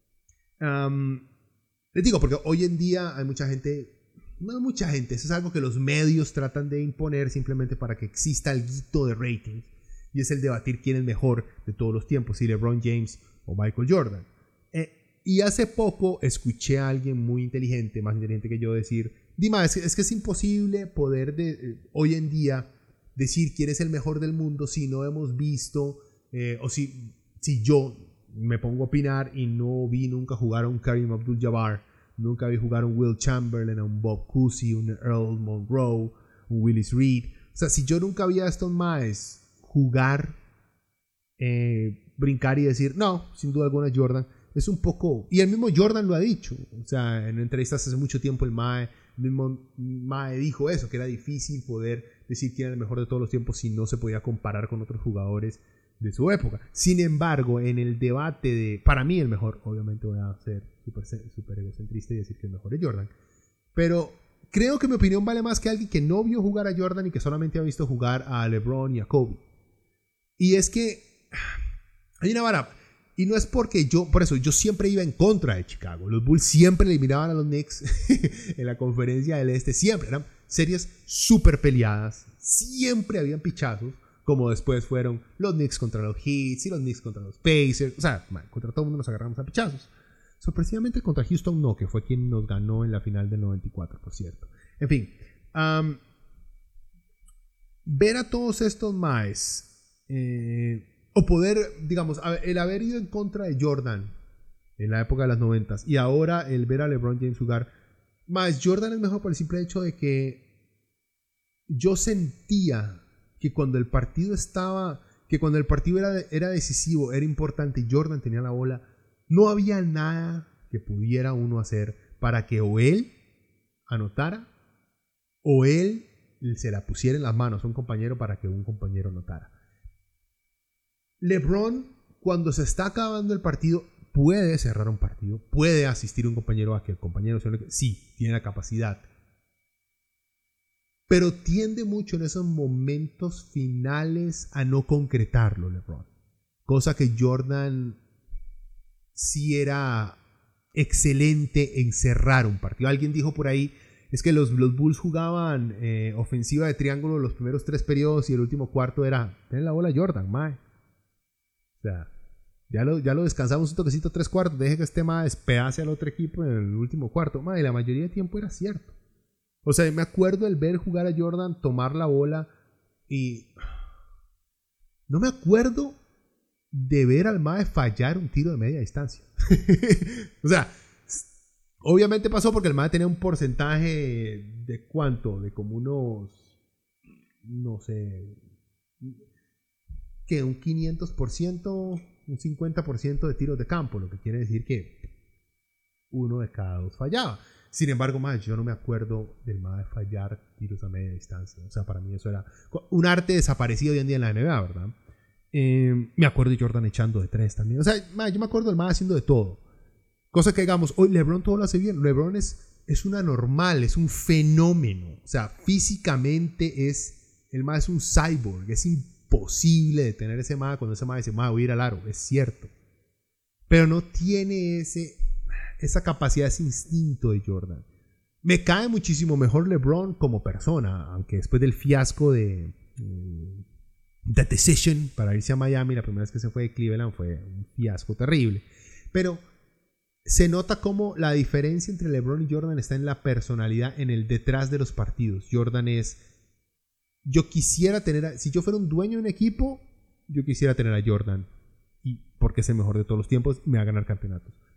Um, les digo, porque hoy en día hay mucha gente, no mucha gente, eso es algo que los medios tratan de imponer simplemente para que exista algo de rating, y es el debatir quién es mejor de todos los tiempos, si LeBron James o Michael Jordan. Eh, y hace poco escuché a alguien muy inteligente, más inteligente que yo, decir, Dima, es que es, que es imposible poder de, eh, hoy en día decir quién es el mejor del mundo si no hemos visto, eh, o si, si yo me pongo a opinar y no vi nunca jugar a un Kareem Abdul-Jabbar, nunca vi jugar a un Will Chamberlain, a un Bob Cousy, un Earl Monroe, un Willis Reed. O sea, si yo nunca vi a estos maes jugar, eh, brincar y decir, no, sin duda alguna Jordan, es un poco... Y el mismo Jordan lo ha dicho. O sea, en entrevistas hace mucho tiempo el mae, el mismo mae dijo eso, que era difícil poder decir quién era el mejor de todos los tiempos si no se podía comparar con otros jugadores de su época. Sin embargo, en el debate de... Para mí el mejor, obviamente voy a ser súper super egocentrista y decir que el mejor es Jordan. Pero creo que mi opinión vale más que alguien que no vio jugar a Jordan y que solamente ha visto jugar a LeBron y a Kobe. Y es que... Hay una vara... Y no es porque yo... Por eso, yo siempre iba en contra de Chicago. Los Bulls siempre eliminaban a los Knicks en la conferencia del Este. Siempre. Eran series súper peleadas. Siempre habían pichazos. Como después fueron los Knicks contra los Heat y los Knicks contra los Pacers. O sea, man, contra todo el mundo nos agarramos a pichazos. Sorpresivamente contra Houston no, que fue quien nos ganó en la final del noventa y cuatro, por cierto. En fin. Um, ver a todos estos maes... Eh, o poder, digamos, el haber ido en contra de Jordan en la época de las noventas y ahora el ver a LeBron James jugar, más Jordan es mejor por el simple hecho de que yo sentía que cuando el partido estaba, que cuando el partido era, era decisivo, era importante y Jordan tenía la bola, no había nada que pudiera uno hacer para que o él anotara o él se la pusiera en las manos a un compañero para que un compañero anotara. LeBron, cuando se está acabando el partido, puede cerrar un partido, puede asistir un compañero a que el compañero se... Sí, tiene la capacidad. Pero tiende mucho en esos momentos finales a no concretarlo, LeBron. Cosa que Jordan sí era excelente en cerrar un partido. Alguien dijo por ahí, es que los, los Bulls jugaban eh, ofensiva de triángulo los primeros tres periodos y el último cuarto era, ten la bola Jordan, mae. O sea, ya lo, ya lo descansamos un toquecito tres cuartos, deje que este mae despedace al otro equipo en el último cuarto. Mae, la mayoría de tiempo era cierto. O sea, me acuerdo el ver jugar a Jordan, tomar la bola y... No me acuerdo de ver al mae fallar un tiro de media distancia. O sea, obviamente pasó porque el mae tenía un porcentaje de ¿cuánto? De como unos... No sé... que un quinientos por ciento, un cincuenta por ciento de tiros de campo, lo que quiere decir que uno de cada dos fallaba. Sin embargo, más yo no me acuerdo del más de fallar tiros a media distancia. O sea, para mí eso era un arte desaparecido hoy en día en la N B A, ¿verdad? Eh, me acuerdo de Jordan echando de tres también. O sea, más, yo me acuerdo del más haciendo de todo. Cosa que digamos, hoy LeBron todo lo hace bien. LeBron es, es una normal, es un fenómeno. O sea, físicamente es, el más es un cyborg, es imposible. Posible de tener ese mae cuando ese mae dice, mae, voy a ir al aro, es cierto, pero no tiene ese, esa capacidad, ese instinto de Jordan. Me cae muchísimo mejor LeBron como persona, aunque después del fiasco de um, The Decision para irse a Miami, la primera vez que se fue de Cleveland fue un fiasco terrible, pero se nota como la diferencia entre LeBron y Jordan está en la personalidad, en el detrás de los partidos. Jordan es... Yo quisiera tener, a, si yo fuera un dueño de un equipo, yo quisiera tener a Jordan, y porque es el mejor de todos los tiempos y me va a ganar campeonatos.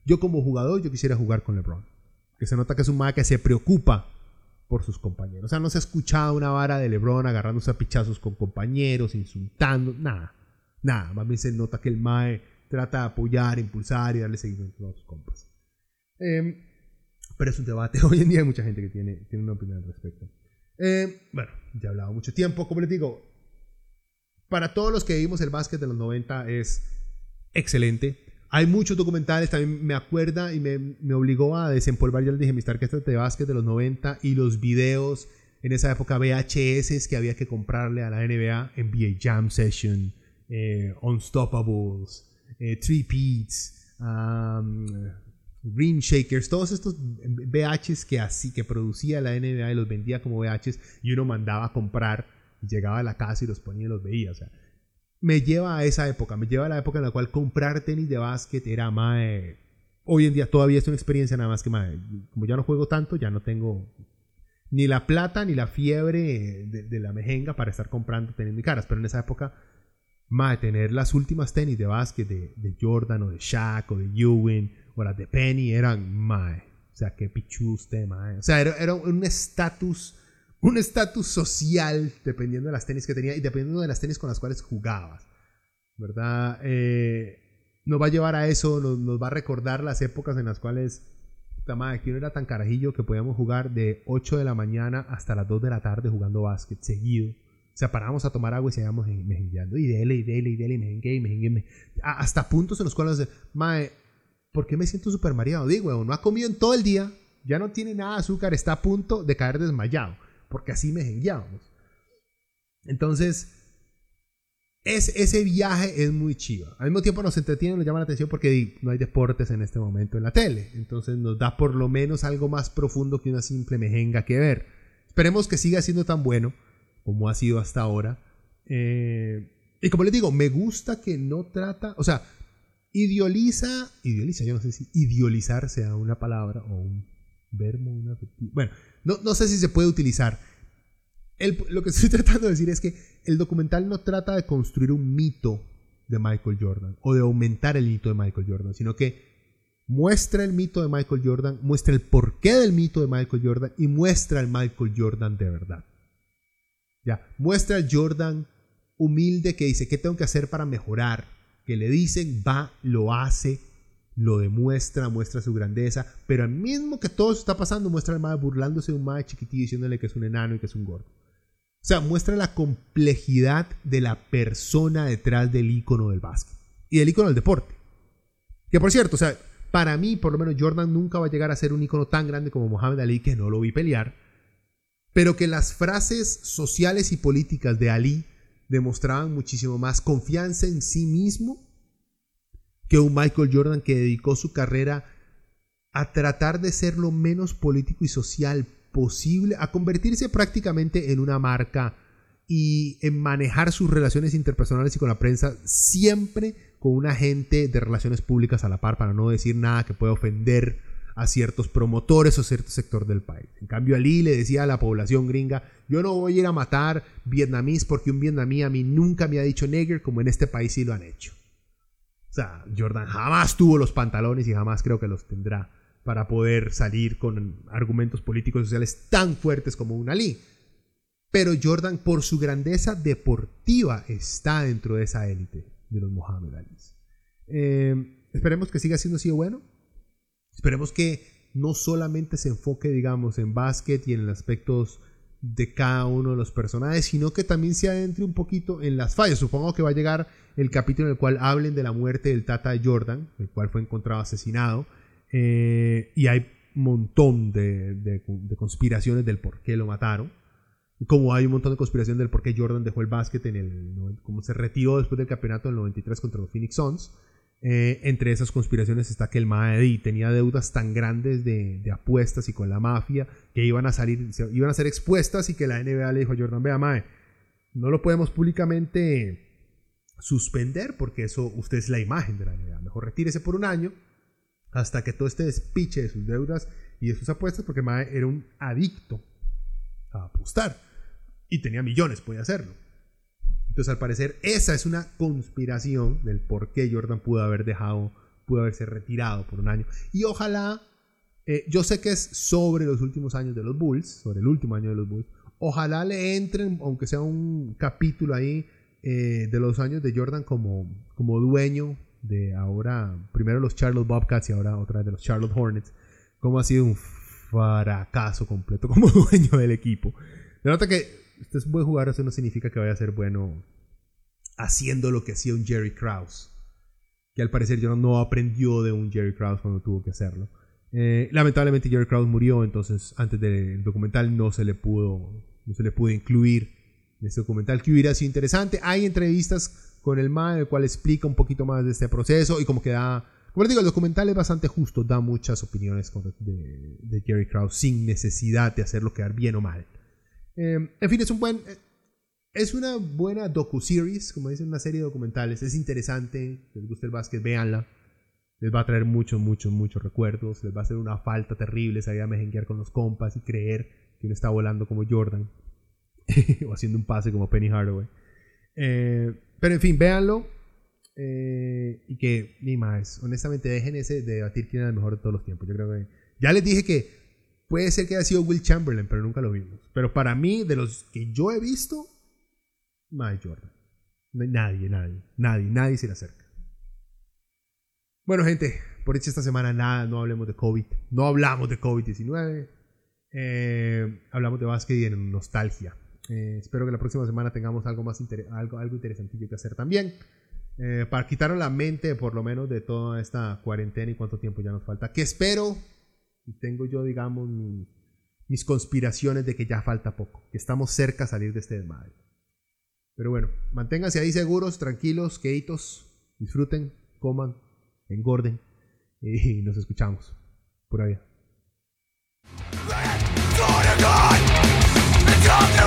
Yo como jugador, yo quisiera jugar con LeBron. Que se nota que es un mae que se preocupa por sus compañeros. O sea, no se ha escuchado una vara de LeBron agarrándose a pichazos con compañeros, insultando, nada. Nada, más bien se nota que el mae trata de apoyar, impulsar y darle seguimiento a sus compas. Eh, pero es un debate. Hoy en día hay mucha gente que tiene, tiene una opinión al respecto. Eh, bueno, ya he hablado mucho tiempo. Como les digo, para todos los que vimos el básquet de los noventa es excelente. Hay muchos documentales, también me acuerda y me, me obligó a desempolvar, ya les dije, mis tarjetas de básquet de los noventa y los videos en esa época V H S que había que comprarle a la N B A, N B A Jam Session, eh, Unstoppables, eh, Three Peats, um, Rim Shakers, todos estos V Hs que así que producía la N B A y los vendía como V Hs y uno mandaba a comprar y llegaba a la casa y los ponía y los veía. O sea, me lleva a esa época, me lleva a la época en la cual comprar tenis de básquet era mae. Hoy en día todavía es una experiencia nada más que mae. Como ya no juego tanto, ya no tengo ni la plata ni la fiebre de, de la mejenga para estar comprando tenis muy caras. Pero en esa época, mae, tener las últimas tenis de básquet de, de Jordan o de Shaq o de Ewing o las de Penny eran mae. O sea, qué pichu usted, mae. O sea, era, era un estatus, un estatus social dependiendo de las tenis que tenía y dependiendo de las tenis con las cuales jugabas, ¿verdad? Eh, nos va a llevar a eso, nos, nos va a recordar las épocas en las cuales, puta madre, aquí uno era tan carajillo que podíamos jugar de ocho de la mañana hasta las dos de la tarde jugando básquet seguido. O sea, parábamos a tomar agua y seguíamos mejengueando y dele, y dele, y dele, y mejengue, y mejengue, me... hasta puntos en los cuales, mae, ¿por qué me siento súper mareado? Digo, no ha comido en todo el día, ya no tiene nada de azúcar, está a punto de caer desmayado, porque así mejengueábamos. Entonces, es, ese viaje es muy chido. Al mismo tiempo nos entretiene, nos llama la atención porque no hay deportes en este momento en la tele. Entonces nos da por lo menos algo más profundo que una simple mejenga que ver. Esperemos que siga siendo tan bueno como ha sido hasta ahora. Eh, y como les digo, me gusta que no trata, o sea, idealiza, idealiza, yo no sé si idealizar sea una palabra o un verbo, una afectiva. Bueno, no, no sé si se puede utilizar. El, lo que estoy tratando de decir es que el documental no trata de construir un mito de Michael Jordan o de aumentar el mito de Michael Jordan, sino que muestra el mito de Michael Jordan, muestra el porqué del mito de Michael Jordan y muestra el Michael Jordan de verdad. Ya, muestra el Jordan humilde que dice, ¿qué tengo que hacer para mejorar? Que le dicen, va, lo hace, lo demuestra, muestra su grandeza, pero al mismo que todo eso está pasando, muestra al mae burlándose de un mae chiquitito diciéndole que es un enano y que es un gordo. O sea, muestra la complejidad de la persona detrás del ícono del básquet y del ícono del deporte. Que por cierto, o sea, para mí, por lo menos, Jordan nunca va a llegar a ser un ícono tan grande como Muhammad Ali, que no lo vi pelear, pero que las frases sociales y políticas de Ali demostraban muchísimo más confianza en sí mismo que un Michael Jordan que dedicó su carrera a tratar de ser lo menos político y social posible, a convertirse prácticamente en una marca y en manejar sus relaciones interpersonales y con la prensa siempre con un agente de relaciones públicas a la par para no decir nada que pueda ofender a ciertos promotores o cierto sector del país. En cambio, Ali le decía a la población gringa, yo no voy a ir a matar vietnamíes porque un vietnamí a mí nunca me ha dicho nigger como en este país sí lo han hecho. O sea, Jordan jamás tuvo los pantalones y jamás creo que los tendrá para poder salir con argumentos políticos y sociales tan fuertes como un Ali. Pero Jordan, por su grandeza deportiva, está dentro de esa élite de los Muhammad Alis. Eh, esperemos que siga siendo así de bueno. Esperemos que no solamente se enfoque, digamos, en básquet y en los aspectos de cada uno de los personajes, sino que también se adentre un poquito en las fallas. Supongo que va a llegar el capítulo en el cual hablen de la muerte del tata de Jordan, el cual fue encontrado asesinado, eh, y hay un montón de, de, de conspiraciones del por qué lo mataron, como hay un montón de conspiraciones del por qué Jordan dejó el básquet en el, como se retiró después del campeonato del noventa y tres contra los Phoenix Suns. Eh, entre esas conspiraciones está que el Mae tenía deudas tan grandes de, de apuestas y con la mafia que iban a salir, iban a ser expuestas y que la N B A le dijo a Jordan, vea Mae, no lo podemos públicamente suspender porque eso, usted es la imagen de la N B A, mejor retírese por un año hasta que todo este despiche de sus deudas y de sus apuestas, porque Mae era un adicto a apostar y tenía millones, podía hacerlo. Entonces, al parecer, esa es una conspiración del por qué Jordan pudo haber dejado pudo haberse retirado por un año. Y ojalá, eh, yo sé que es sobre los últimos años de los Bulls, sobre el último año de los Bulls, ojalá le entren, aunque sea un capítulo ahí, eh, de los años de Jordan como, como dueño de ahora, primero los Charlotte Bobcats y ahora otra vez de los Charlotte Hornets, como ha sido un fracaso completo como dueño del equipo. Se nota que usted es un buen jugador, eso no significa que vaya a ser bueno haciendo lo que hacía un Jerry Krause, que al parecer Jordan no aprendió de un Jerry Krause cuando tuvo que hacerlo. Eh, lamentablemente Jerry Krause murió, entonces antes del documental no se le pudo, no se le pudo incluir en este documental, que hubiera sido interesante. Hay entrevistas con el man, el cual explica un poquito más de este proceso y como que da, como les digo, el documental es bastante justo, da muchas opiniones de, de Jerry Krause sin necesidad de hacerlo quedar bien o mal. Eh, en fin, es un buen, es una buena docu-series, como dicen, una serie de documentales. Es interesante, si les gusta el básquet, véanla. Les va a traer muchos, muchos, muchos recuerdos. Les va a hacer una falta terrible salir a mejenguear con los compas y creer que uno está volando como Jordan o haciendo un pase como Penny Hardaway. Eh, pero en fin, véanlo. Eh, y que, ni más, honestamente, dejen ese de debatir quién es el mejor de todos los tiempos. Yo creo que ya les dije que puede ser que haya sido Will Chamberlain, pero nunca lo vimos. Pero para mí, de los que yo he visto, más Jordan. Nadie, nadie, nadie, nadie se le acerca. Bueno, gente, por hecho esta semana nada, no hablemos de COVID. No hablamos de COVID diecinueve. Eh, hablamos de básquet y de nostalgia. Eh, espero que la próxima semana tengamos algo más inter- algo, algo interesantillo que hacer también. Eh, para quitarnos la mente, por lo menos, de toda esta cuarentena y cuánto tiempo ya nos falta. Que espero, y tengo yo, digamos, mi, mis conspiraciones de que ya falta poco. Que estamos cerca a salir de este desmadre. Pero bueno, manténganse ahí seguros, tranquilos, queditos. Disfruten, coman, engorden y nos escuchamos. Pura vida.